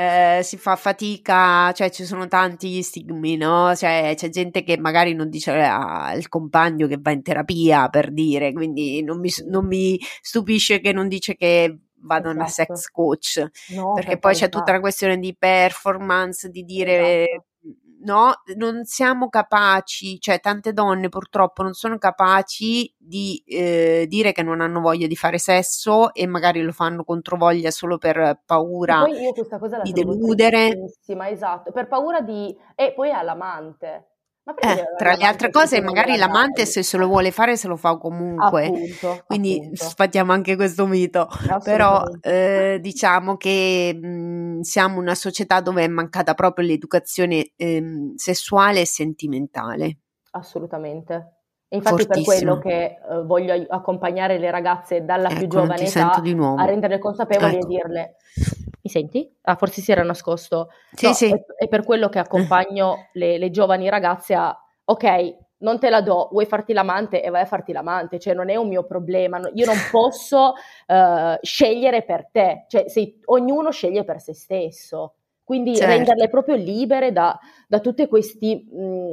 si fa fatica, cioè ci sono tanti stigmi, no? Cioè c'è gente che magari non dice al compagno che va in terapia, per dire, quindi non mi stupisce che non dice che vado a una Esatto. sex coach, No, perché per poi c'è tutta carità. una questione di performance, di dire Esatto. no, non siamo capaci, cioè tante donne purtroppo non sono capaci di dire che non hanno voglia di fare sesso e magari lo fanno controvoglia solo per E paura poi io questa cosa la di trovo deludere. tristissima, esatto, per paura di... E poi ha l'amante. Ma perché deve avere Tra le altre l'amante se tu cose, non magari gliela l'amante dai? se lo vuole fare se lo fa comunque, Appunto, quindi appunto, sfatiamo anche questo mito, però assolutamente, diciamo che siamo una società dove è mancata proprio l'educazione sessuale e sentimentale, assolutamente. E infatti per quello fortissimo. che voglio accompagnare le ragazze dalla più Ecco, non giovane ti sento età di a nuovo. renderle consapevoli e Ecco. dirle, mi senti? Ah, forse si era nascosto. Sì, No, sì. è per quello che accompagno le giovani ragazze a, ok, non te la do, vuoi farti l'amante e vai a farti l'amante, cioè non è un mio problema, io non posso scegliere per te, cioè ognuno sceglie per se stesso, quindi Certo. renderle proprio libere da tutti questi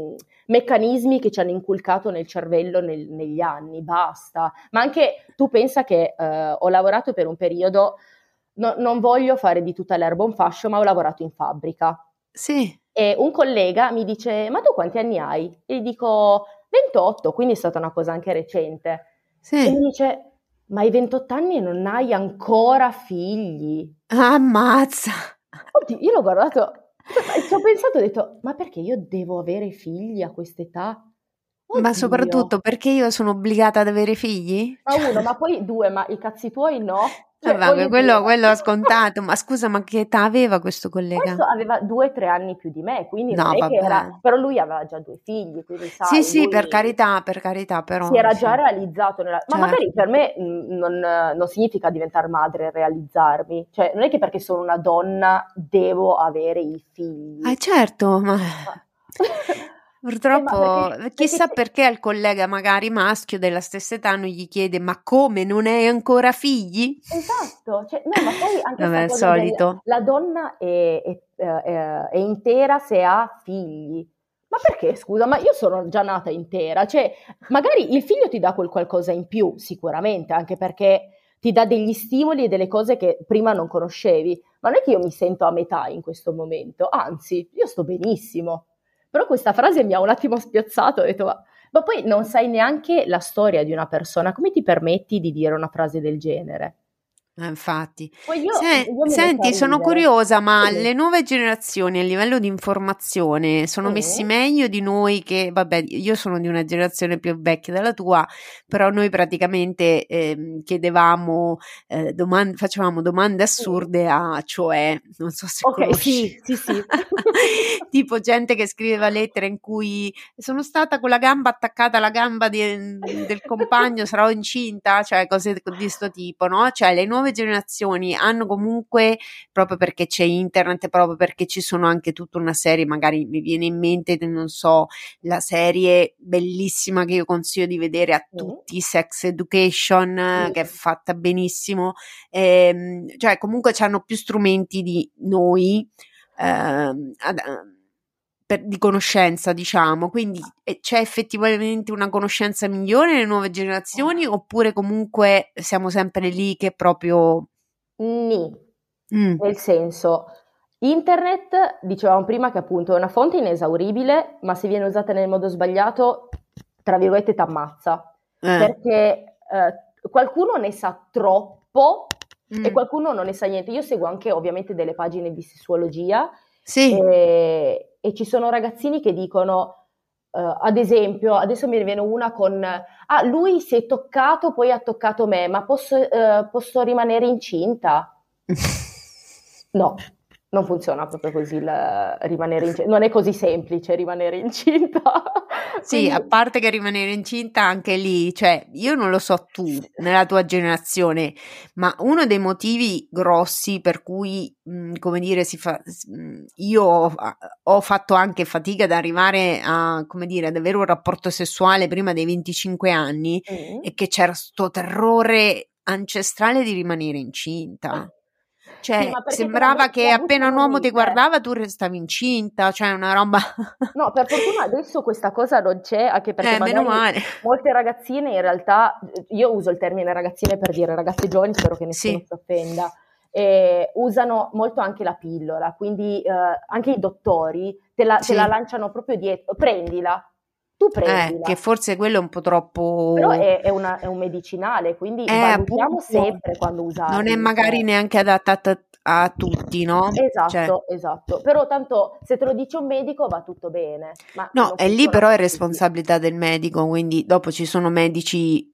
meccanismi che ci hanno inculcato nel cervello negli anni, basta. Ma anche tu pensa che ho lavorato per un periodo, non voglio fare di tutta l'erba un fascio, ma ho lavorato in fabbrica. Sì, E un collega mi dice, ma tu quanti anni hai? E gli dico, 28, quindi è stata una cosa anche recente. E mi sì. dice, ma hai 28 anni e non hai ancora figli? Ammazza. Oddio, io l'ho guardato, ci ho pensato e ho detto, ma perché io devo avere figli a quest'età? Ma Oddio. soprattutto perché io sono obbligata ad avere figli? Ma uno, ma poi due, ma i cazzi tuoi no? Cioè, Vabbè, voglio dire, quello ho scontato, ma scusa, ma che età aveva questo collega? questo aveva 2 o 3 anni più di me, quindi non No, è che era, vabbè. però lui aveva già 2 figli, quindi Sì, sai, sì, lui per carità, si però era già sì, realizzato ma magari certo. per me non significa diventare madre e realizzarmi, cioè non è che perché sono una donna devo avere i figli. Certo, ma Ma, ma purtroppo perché chissà perché al collega magari maschio della stessa età non gli chiede ma come non hai ancora figli? esatto, cioè, no, ma poi anche Vabbè, sta il cosa del solito. la donna è intera se ha figli. Ma perché scusa? Ma io sono già nata intera, cioè magari il figlio ti dà quel qualcosa in più, sicuramente, anche perché ti dà degli stimoli e delle cose che prima non conoscevi, ma non è che io mi sento a metà in questo momento, anzi, io sto benissimo. Però questa frase mi ha un attimo spiazzato, ho detto, ma poi non sai neanche la storia di una persona, come ti permetti di dire una frase del genere? Infatti. Poi io mi metto a Senti, sono ridere. curiosa, ma Dimmi. le nuove generazioni a livello di informazione sono messi Mm, meglio di noi che, vabbè, io sono di una generazione più vecchia della tua, però noi praticamente chiedevamo, facevamo domande mm. assurde a, cioè, non so se Ok, conosci, sì, sì, sì. tipo gente che scriveva lettere in cui sono stata con la gamba attaccata alla gamba del compagno, sarò incinta, cioè cose di sto tipo, no? Cioè le nuove generazioni hanno comunque, proprio perché c'è internet, proprio perché ci sono anche tutta una serie, magari mi viene in mente, non so, la serie bellissima che io consiglio di vedere a Mm, tutti, Sex Education, che è mm, fatta benissimo, cioè comunque hanno più strumenti di noi, ehm, ad- di conoscenza, diciamo, quindi c'è effettivamente una conoscenza migliore nelle nuove generazioni oppure comunque siamo sempre lì che proprio... Nì, Mm, nel senso, internet, dicevamo prima che appunto è una fonte inesauribile, ma se viene usata nel modo sbagliato, tra virgolette, t'ammazza, eh, perché qualcuno ne sa troppo e mm, qualcuno non ne sa niente. Io seguo anche ovviamente delle pagine di sessuologia sì, e ci sono ragazzini che dicono, ad esempio, adesso mi viene una con, ah, lui si è toccato, poi ha toccato me, ma posso rimanere incinta? No, non funziona proprio così il rimanere incinta, non è così semplice rimanere incinta, Sì, a parte che rimanere incinta anche lì, cioè io non lo so tu, nella tua generazione, ma uno dei motivi grossi per cui, come dire, io ho fatto anche fatica ad arrivare a, come dire, ad avere un rapporto sessuale prima dei 25 anni, è che c'era sto terrore ancestrale di rimanere incinta. Sì, Cioè, ma perché sembrava che te appena un l'abusano uomo ti di te. guardava tu restavi incinta, cioè una roba... No, per fortuna adesso questa cosa non c'è, anche perché Meno magari male. molte ragazzine in realtà, io uso il termine ragazzine per dire ragazze giovani, spero che nessuno Sì, si offenda, usano molto anche la pillola, quindi anche i dottori te la sì. lanciano proprio dietro, prendila, tu Che prendila. forse quello è un po' Però troppo... è un medicinale, quindi valutiamo appunto, sempre quando non è usarli. magari neanche adattata a tutti, no? Cioè... Esatto, esatto. Però tanto se te lo dice un medico va tutto bene, ma No, non e lì funziona però è per tutti. responsabilità del medico, quindi dopo ci sono medici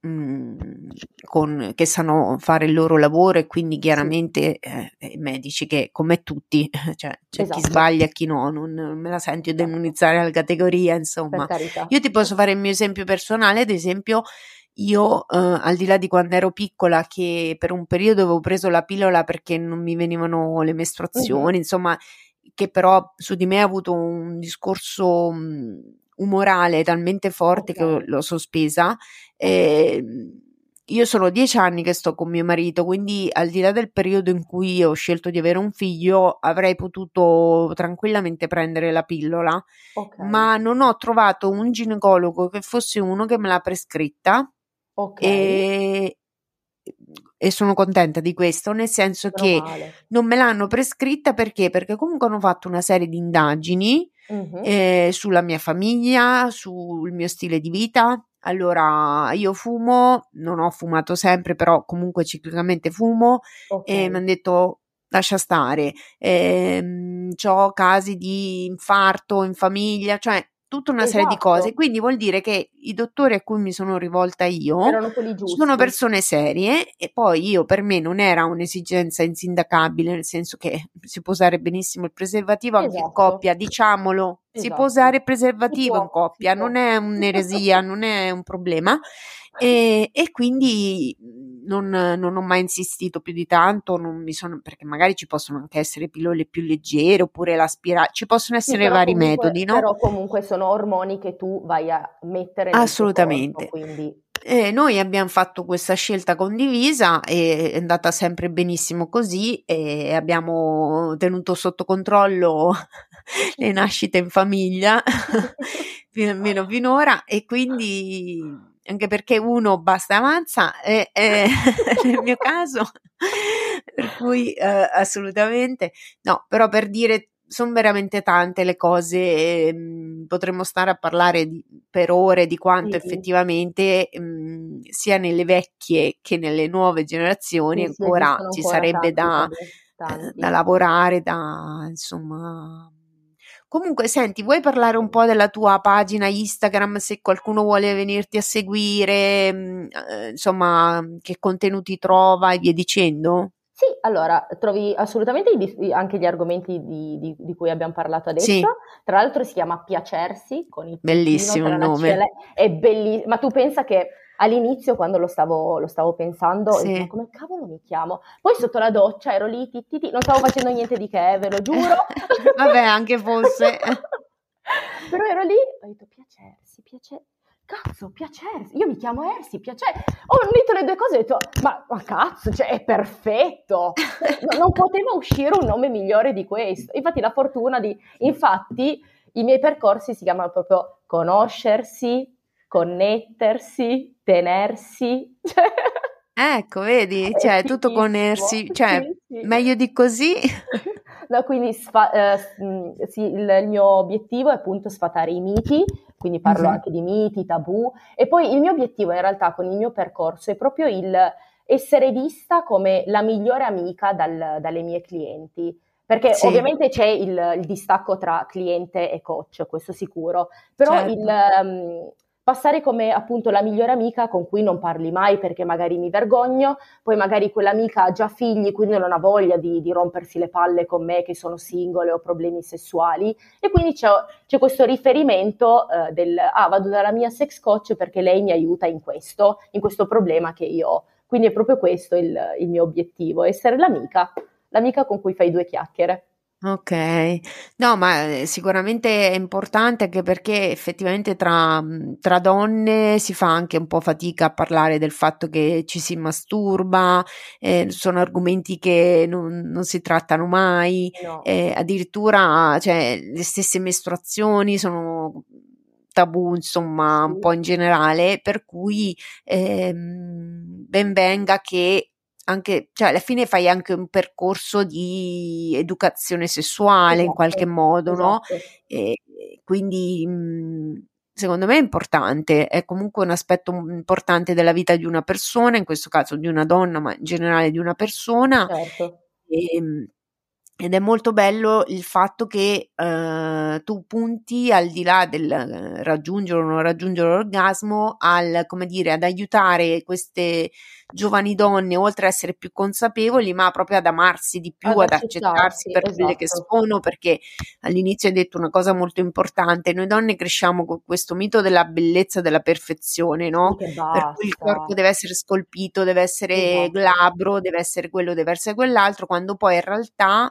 che sanno fare il loro lavoro e quindi Sì, chiaramente medici che come tutti, cioè c'è chi esatto, sbaglia e chi no, non me la sento esatto, demonizzare la categoria, per insomma. carità. Io ti posso fare il mio esempio personale, ad esempio io al di là di quando ero piccola che per un periodo avevo preso la pillola perché non mi venivano le Mhm. mestruazioni, insomma che però su di me ha avuto un discorso umorale talmente forte Ok, che l'ho sospesa. ok, Io sono 10 anni che sto con mio marito, quindi al di là del periodo in cui ho scelto di avere un figlio, avrei potuto tranquillamente prendere la pillola, ok, ma non ho trovato un ginecologo che fosse uno che me l'ha prescritta ok, e, e sono contenta di questo, nel senso meno che male. non me l'hanno prescritta perché comunque hanno fatto una serie di indagini Mhm. sulla mia famiglia, sul mio stile di vita. Allora, io fumo, non ho fumato sempre, però comunque ciclicamente fumo Ok, e mi hanno detto lascia stare, c'ho casi di infarto in famiglia, cioè tutta una serie di cose. esatto, Quindi vuol dire che i dottori a cui mi sono rivolta io erano quelli sono giusti. persone serie e poi io per me non era un'esigenza insindacabile, nel senso che si può usare benissimo il preservativo anche in Esatto, coppia, diciamolo, si può usare esatto. il preservativo in Si coppia, non può. è un'eresia, non è un problema e quindi non ho mai insistito più di tanto, non mi sono, perché magari ci possono anche essere pillole più leggere oppure l'aspirare, ci possono Sì, essere vari metodi, no? però comunque sono ormoni che tu vai a mettere nel tuo corpo, Assolutamente. quindi Noi abbiamo fatto questa scelta condivisa e è andata sempre benissimo così e abbiamo tenuto sotto controllo le nascite in famiglia, almeno finora, e quindi anche perché uno basta e avanza, nel mio caso, per cui assolutamente no, però per dire sono veramente tante le cose, potremmo stare a parlare per ore di quanto sì, effettivamente sia nelle vecchie che nelle nuove generazioni sì, sì, ancora esistono ci ancora sarebbe tanti da, tabù, da tanti. lavorare, da insomma. Comunque, senti, vuoi parlare un po' della tua pagina Instagram se qualcuno vuole venirti a seguire, insomma, che contenuti trova e via dicendo? Sì, allora trovi assolutamente anche gli argomenti di cui abbiamo parlato adesso. Sì, Tra l'altro si chiama Piacersi con il puntino bellissimo il tra la C e nome. la E, è bellissimo. Ma tu pensa che all'inizio, quando lo stavo pensando, ho detto, ma Sì. come cavolo mi chiamo? Poi sotto la doccia ero lì, non stavo facendo niente di che, ve lo giuro. Vabbè, anche fosse. Però ero lì, ho detto Piacersi, cazzo, Piacersi, io mi chiamo Ersi, ho unito le due cose e ho detto, ma cazzo, cioè è perfetto, cioè, non poteva uscire un nome migliore di questo. Infatti infatti i miei percorsi si chiamano proprio conoscersi, connettersi, tenersi, cioè, Ecco, vedi? è Cioè, tutto con fighissimo, Ersi, cioè, sì, sì. meglio di così? No, quindi sì, il mio obiettivo è appunto sfatare i miti, quindi parlo Mhm. anche di miti, tabù, e poi il mio obiettivo in realtà con il mio percorso è proprio il essere vista come la migliore amica dalle mie clienti. Perché Sì, ovviamente c'è il distacco tra cliente e coach, questo sicuro, però certo. passare come appunto la migliore amica con cui non parli mai perché magari mi vergogno, poi magari quell'amica ha già figli, quindi non ha voglia di rompersi le palle con me che sono single o ho problemi sessuali, e quindi c'è questo riferimento vado dalla mia sex coach perché lei mi aiuta in questo problema che io ho. Quindi è proprio questo il mio obiettivo, essere l'amica con cui fai due chiacchiere. Ok, no, ma sicuramente è importante anche perché effettivamente tra donne si fa anche un po' fatica a parlare del fatto che ci si masturba, sono argomenti che non si trattano mai, No, addirittura cioè, le stesse mestruazioni sono tabù, insomma, un sì, po' in generale, per cui ben venga che anche, cioè alla fine fai anche un percorso di educazione sessuale in qualche esatto, modo, no? esatto. E quindi secondo me è importante, è comunque un aspetto importante della vita di una persona, in questo caso di una donna, ma in generale di una persona. Certo, E, ed è molto bello il fatto che tu punti al di là del raggiungere o non raggiungere l'orgasmo, come dire, ad aiutare queste giovani donne, oltre a essere più consapevoli, ma proprio ad amarsi di più, ad ad accettarsi accettarsi, per quelle che esatto. sono, perché all'inizio hai detto una cosa molto importante: noi donne cresciamo con questo mito della bellezza, della perfezione, Sì, no? che Per cui il corpo basta. deve essere scolpito, deve essere Esatto, glabro, deve essere quello, deve essere quell'altro, quando poi in realtà,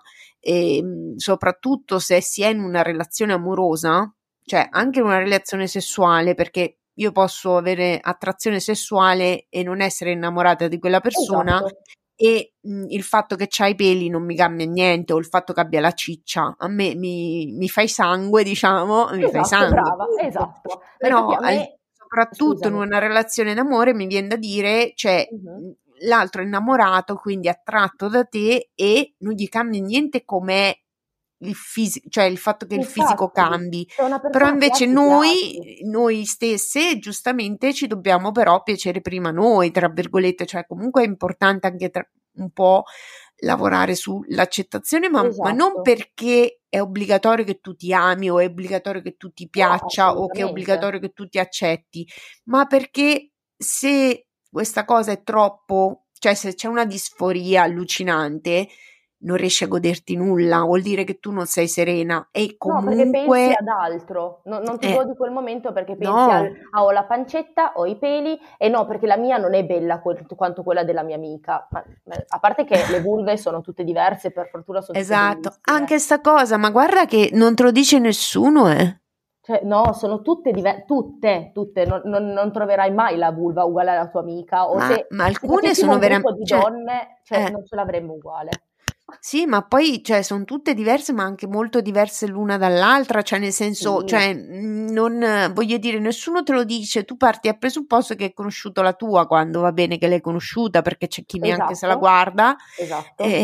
soprattutto se si è in una relazione amorosa, cioè anche in una relazione sessuale, perché io posso avere attrazione sessuale e non essere innamorata di quella persona, esatto, e il fatto che c'ha i peli non mi cambia niente, o il fatto che abbia la ciccia, a me mi fai sangue, diciamo, mi fai esatto, sangue, brava, punto. esatto. Ma infatti Però a me, soprattutto in scusami. una relazione d'amore mi viene da dire, cioè Mhm. l'altro è innamorato, quindi attratto da te, e non gli cambia niente com'è il fisico, cioè il fatto che il fisico Infatti, cambi. se una Però persona invece piaci, piaci. noi stesse, giustamente, ci dobbiamo però piacere prima noi, tra virgolette, cioè comunque è importante anche un po' lavorare sull'accettazione, ma non Esatto. perché è obbligatorio che tu ti ami, o è obbligatorio che tu ti No, piaccia, o che è assolutamente. obbligatorio che tu ti accetti, ma perché se questa cosa è troppo, cioè se c'è una disforia allucinante, non riesci a goderti nulla, vuol dire che tu non sei serena, e No, perché pensi comunque ad altro, non ti eh, godi quel momento perché pensi no, ho la pancetta, ho i peli, e no, perché la mia non è bella quanto quella della mia amica. Ma a parte che le vulve sono tutte diverse, per fortuna sono tutte esatto, bellissime. anche sta cosa, ma guarda che non te lo dice nessuno, eh. Cioè, no, sono tutte diverse, tutte, non troverai mai la vulva uguale alla tua amica, o Ma se alcune facessimo sono un gruppo veramente, di cioè, donne, cioè, eh, non ce l'avremmo uguale. sì, ma poi, cioè, sono tutte diverse, ma anche molto diverse l'una dall'altra, cioè, nel senso, Sì, cioè, non, voglio dire, nessuno te lo dice, tu parti a presupposto che hai conosciuto la tua, quando va bene che l'hai conosciuta, perché c'è chi neanche se la esatto, guarda, esatto.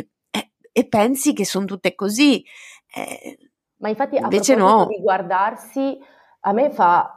e pensi che sono tutte così, eh, Ma infatti a invece proposito no. di guardarsi, a me fa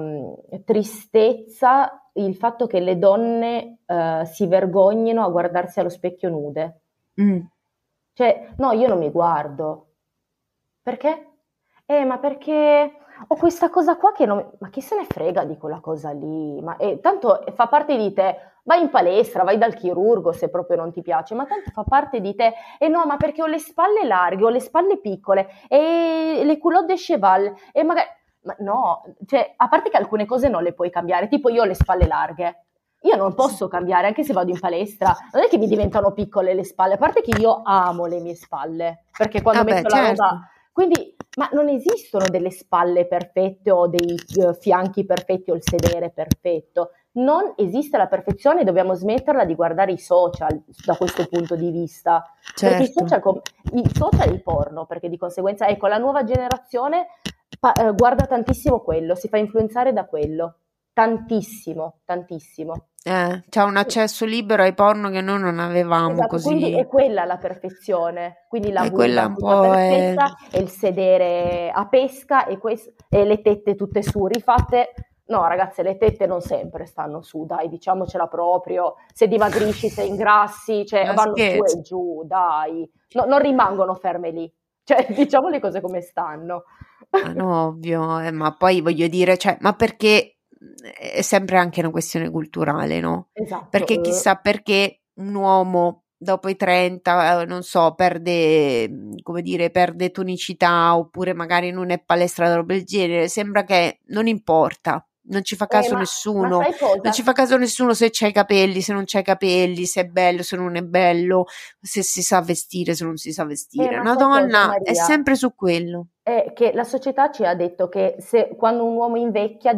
tristezza il fatto che le donne si vergognino a guardarsi allo specchio nude. Mm. Cioè, no, io non mi guardo. Perché? Ma perché ho questa cosa qua che non ma chi se ne frega di quella cosa lì? Ma tanto fa parte di te. Vai in palestra, vai dal chirurgo se proprio non ti piace, ma tanto fa parte di te. E no, ma perché ho le spalle larghe, ho le spalle piccole e le culotte de cheval e magari ma no, cioè, a parte che alcune cose non le puoi cambiare, tipo io ho le spalle larghe. Io non Sì. posso cambiare, anche se vado in palestra, non è che mi diventano piccole le spalle, a parte che io amo le mie spalle, perché quando Vabbè, metto la roba, certo. quindi, ma non esistono delle spalle perfette o dei fianchi perfetti o il sedere perfetto. Non esiste la perfezione, dobbiamo smetterla di guardare i social da questo punto di vista, perché Certo. i social e il porno, perché di conseguenza, ecco, la nuova generazione guarda tantissimo quello, si fa influenzare da quello, tantissimo, tantissimo. C'ha un accesso libero ai porno che noi non avevamo Esatto, quindi così. è quella la perfezione, quindi la E quella vulva un tutta po' è. perfetta e il sedere a pesca e le tette tutte su rifatte. No, ragazze, le tette non sempre stanno su, dai, diciamocela proprio. Se dimagrisci, se ingrassi, cioè Ma vanno su scherzi. e giù, dai. Non rimangono ferme lì. Cioè, diciamo le cose come stanno. Ma no, ovvio, ma poi voglio dire, cioè, ma perché è sempre anche una questione culturale, no? Esatto. Perché chissà perché un uomo dopo i 30, non so, perde, come dire, perde tonicità, oppure magari non è palestra roba del genere, sembra che non importa. Non ci fa caso ma nessuno, sai cosa? non ci fa caso nessuno se c'hai i capelli, se non c'hai i capelli, se è bello, se non è bello, se si sa vestire, se non si sa vestire. Ma Una sai cosa, donna è Maria? sempre su quello. È che la società ci ha detto che quando un uomo invecchia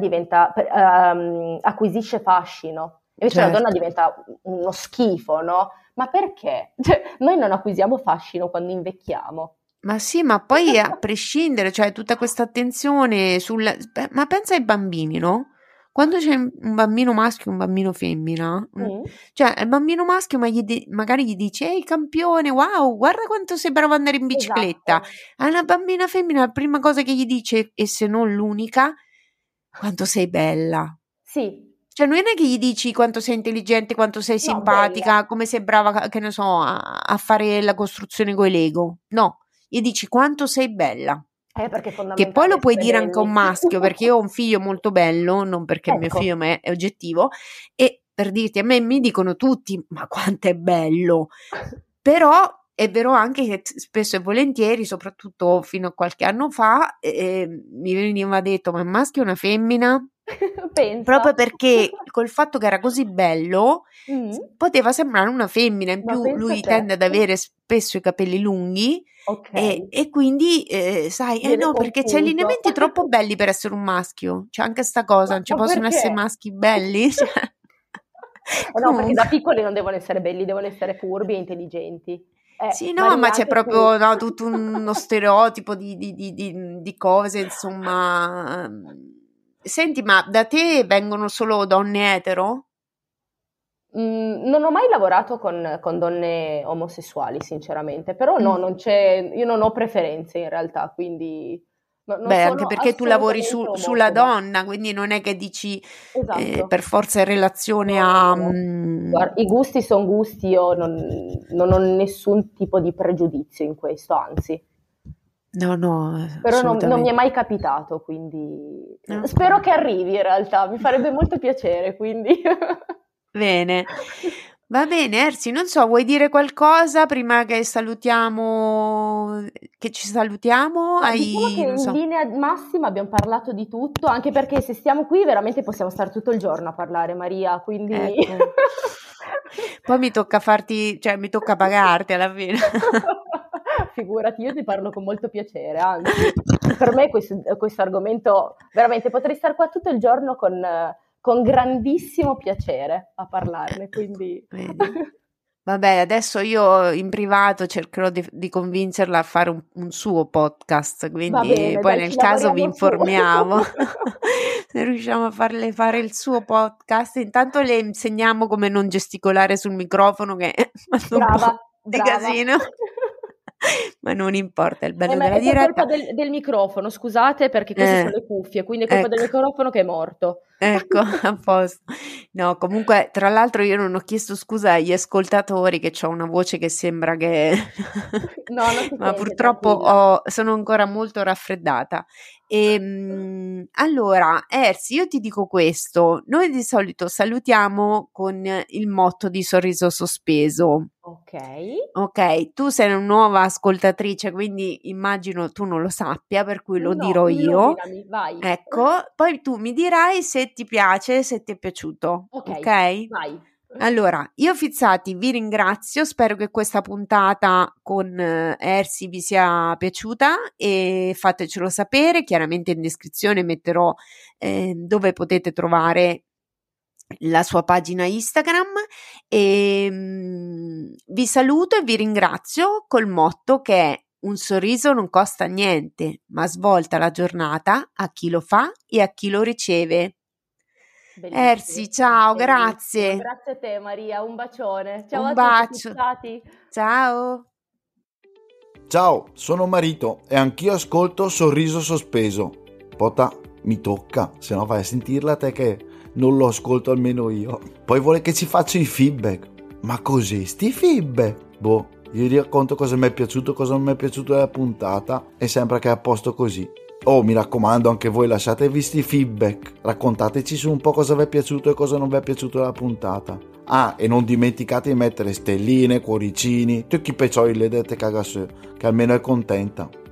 acquisisce fascino, invece la donna Certo. diventa uno schifo, no? Ma perché? Cioè, noi non acquisiamo fascino quando invecchiamo. Ma sì, ma poi a prescindere, cioè tutta questa attenzione ma pensa ai bambini, no? Quando c'è un bambino maschio e un bambino femmina, cioè il bambino maschio magari gli dici, ehi campione, wow, guarda quanto sei bravo ad andare in bicicletta. Esatto. A una bambina femmina la prima cosa che gli dice, e se non l'unica, quanto sei bella. Sì. Cioè non è che gli dici quanto sei intelligente, quanto sei No, simpatica, bella. come sei brava, che ne so, a fare la costruzione coi Lego. No, gli dici quanto sei bella. Perché è Che poi fondamentale lo puoi essere dire anche a un belli. maschio, perché io ho un figlio molto bello, non perché il mio Ecco. figlio è oggettivo, e per dirti, a me mi dicono tutti, ma quanto è bello. Però è vero anche che spesso e volentieri, soprattutto fino a qualche anno fa, mi veniva detto, ma è un maschio o una femmina? Pensa. Proprio perché col fatto che era così bello, poteva sembrare una femmina. In Ma più pensa lui te. tende ad avere spesso i capelli lunghi, Ok. e quindi sai, Viene no, perché c'è confuso. lineamenti troppo belli per essere un maschio. C'è anche sta cosa, non ci Ma possono essere perché? maschi belli. Cioè, No, perché da comunque. piccoli non devono essere belli, devono essere furbi e intelligenti. Sì, no, ma Maria, c'è anche proprio, qui. no, tutto uno stereotipo di cose, insomma. Senti, ma da te vengono solo donne etero? Non ho mai lavorato con donne omosessuali, sinceramente, però no, Mm. io non ho preferenze in realtà, quindi non Beh, anche sono perché tu lavori assolutamente sulla omofoba. donna, quindi non è che dici Esatto. per forza in relazione No, no, a... no, no. Guarda, i gusti sono gusti, io non ho nessun tipo di pregiudizio in questo, anzi. No, no, Però non mi è assolutamente. mai capitato, quindi Ok. spero che arrivi in realtà, mi farebbe molto piacere, quindi. Bene. Va bene, Ersi, non so, vuoi dire qualcosa prima che salutiamo, che ci salutiamo? Ma diciamo che Non in so. linea massima abbiamo parlato di tutto, anche perché se stiamo qui veramente possiamo stare tutto il giorno a parlare, Maria, quindi. Ecco. Poi mi tocca cioè mi tocca pagarti alla fine. Figurati, io ti parlo con molto piacere, anzi, per me questo argomento, veramente potrei stare qua tutto il giorno con grandissimo piacere a parlarne, quindi. Vedi? Vabbè, adesso io in privato cercherò di convincerla a fare un suo podcast, Va quindi bene, poi dai, nel ci caso vi lavoriamo su. informiamo se riusciamo a farle fare il suo podcast. Intanto le insegniamo come non gesticolare sul microfono, che fa un po' Brava, di brava. casino, ma non importa, è il bello Ma della è per colpa diretta. del microfono, scusate, perché queste sono le cuffie, quindi è colpa del Ecco. microfono che è morto. Ecco, a posto. No, comunque, tra l'altro io non ho chiesto scusa agli ascoltatori che ho una voce che sembra che... No, non si ma sente, purtroppo tranquilla. sono ancora molto raffreddata. Allora, Ersi, io ti dico questo. Noi di solito salutiamo con il motto di sorriso sospeso. Ok. Ok, tu sei una nuova ascoltatrice, quindi immagino tu non lo sappia, per cui lo No, dirò io. illuminami, vai. Ecco, poi tu mi dirai se ti piace, se ti è piaciuto, Ok, ok? vai. Allora, io Fizzati vi ringrazio, spero che questa puntata con Ersi vi sia piaciuta e fatecelo sapere, chiaramente in descrizione metterò dove potete trovare la sua pagina Instagram e vi saluto e vi ringrazio col motto che è: un sorriso non costa niente, ma svolta la giornata a chi lo fa e a chi lo riceve. Bellissimo, Ersi, ciao, bellissimo. grazie. Grazie a te, Maria, un bacione. Ciao Un a tutti, bacio. fizzati. Ciao. Ciao, sono Marito e anch'io ascolto Sorriso Sospeso. Pota, mi tocca, se no vai a sentirla te che non lo ascolto almeno io. Poi vuole che ci faccia i feedback. Ma così, sti feedback? Boh, io gli racconto cosa mi è piaciuto, cosa non mi è piaciuto della puntata e sembra che è a posto così. Oh, mi raccomando, anche voi lasciatevi sti feedback, raccontateci su un po' cosa vi è piaciuto e cosa non vi è piaciuto della puntata. Ah, e non dimenticate di mettere stelline, cuoricini, tutti i peccioli le dette cagasù, che almeno è contenta.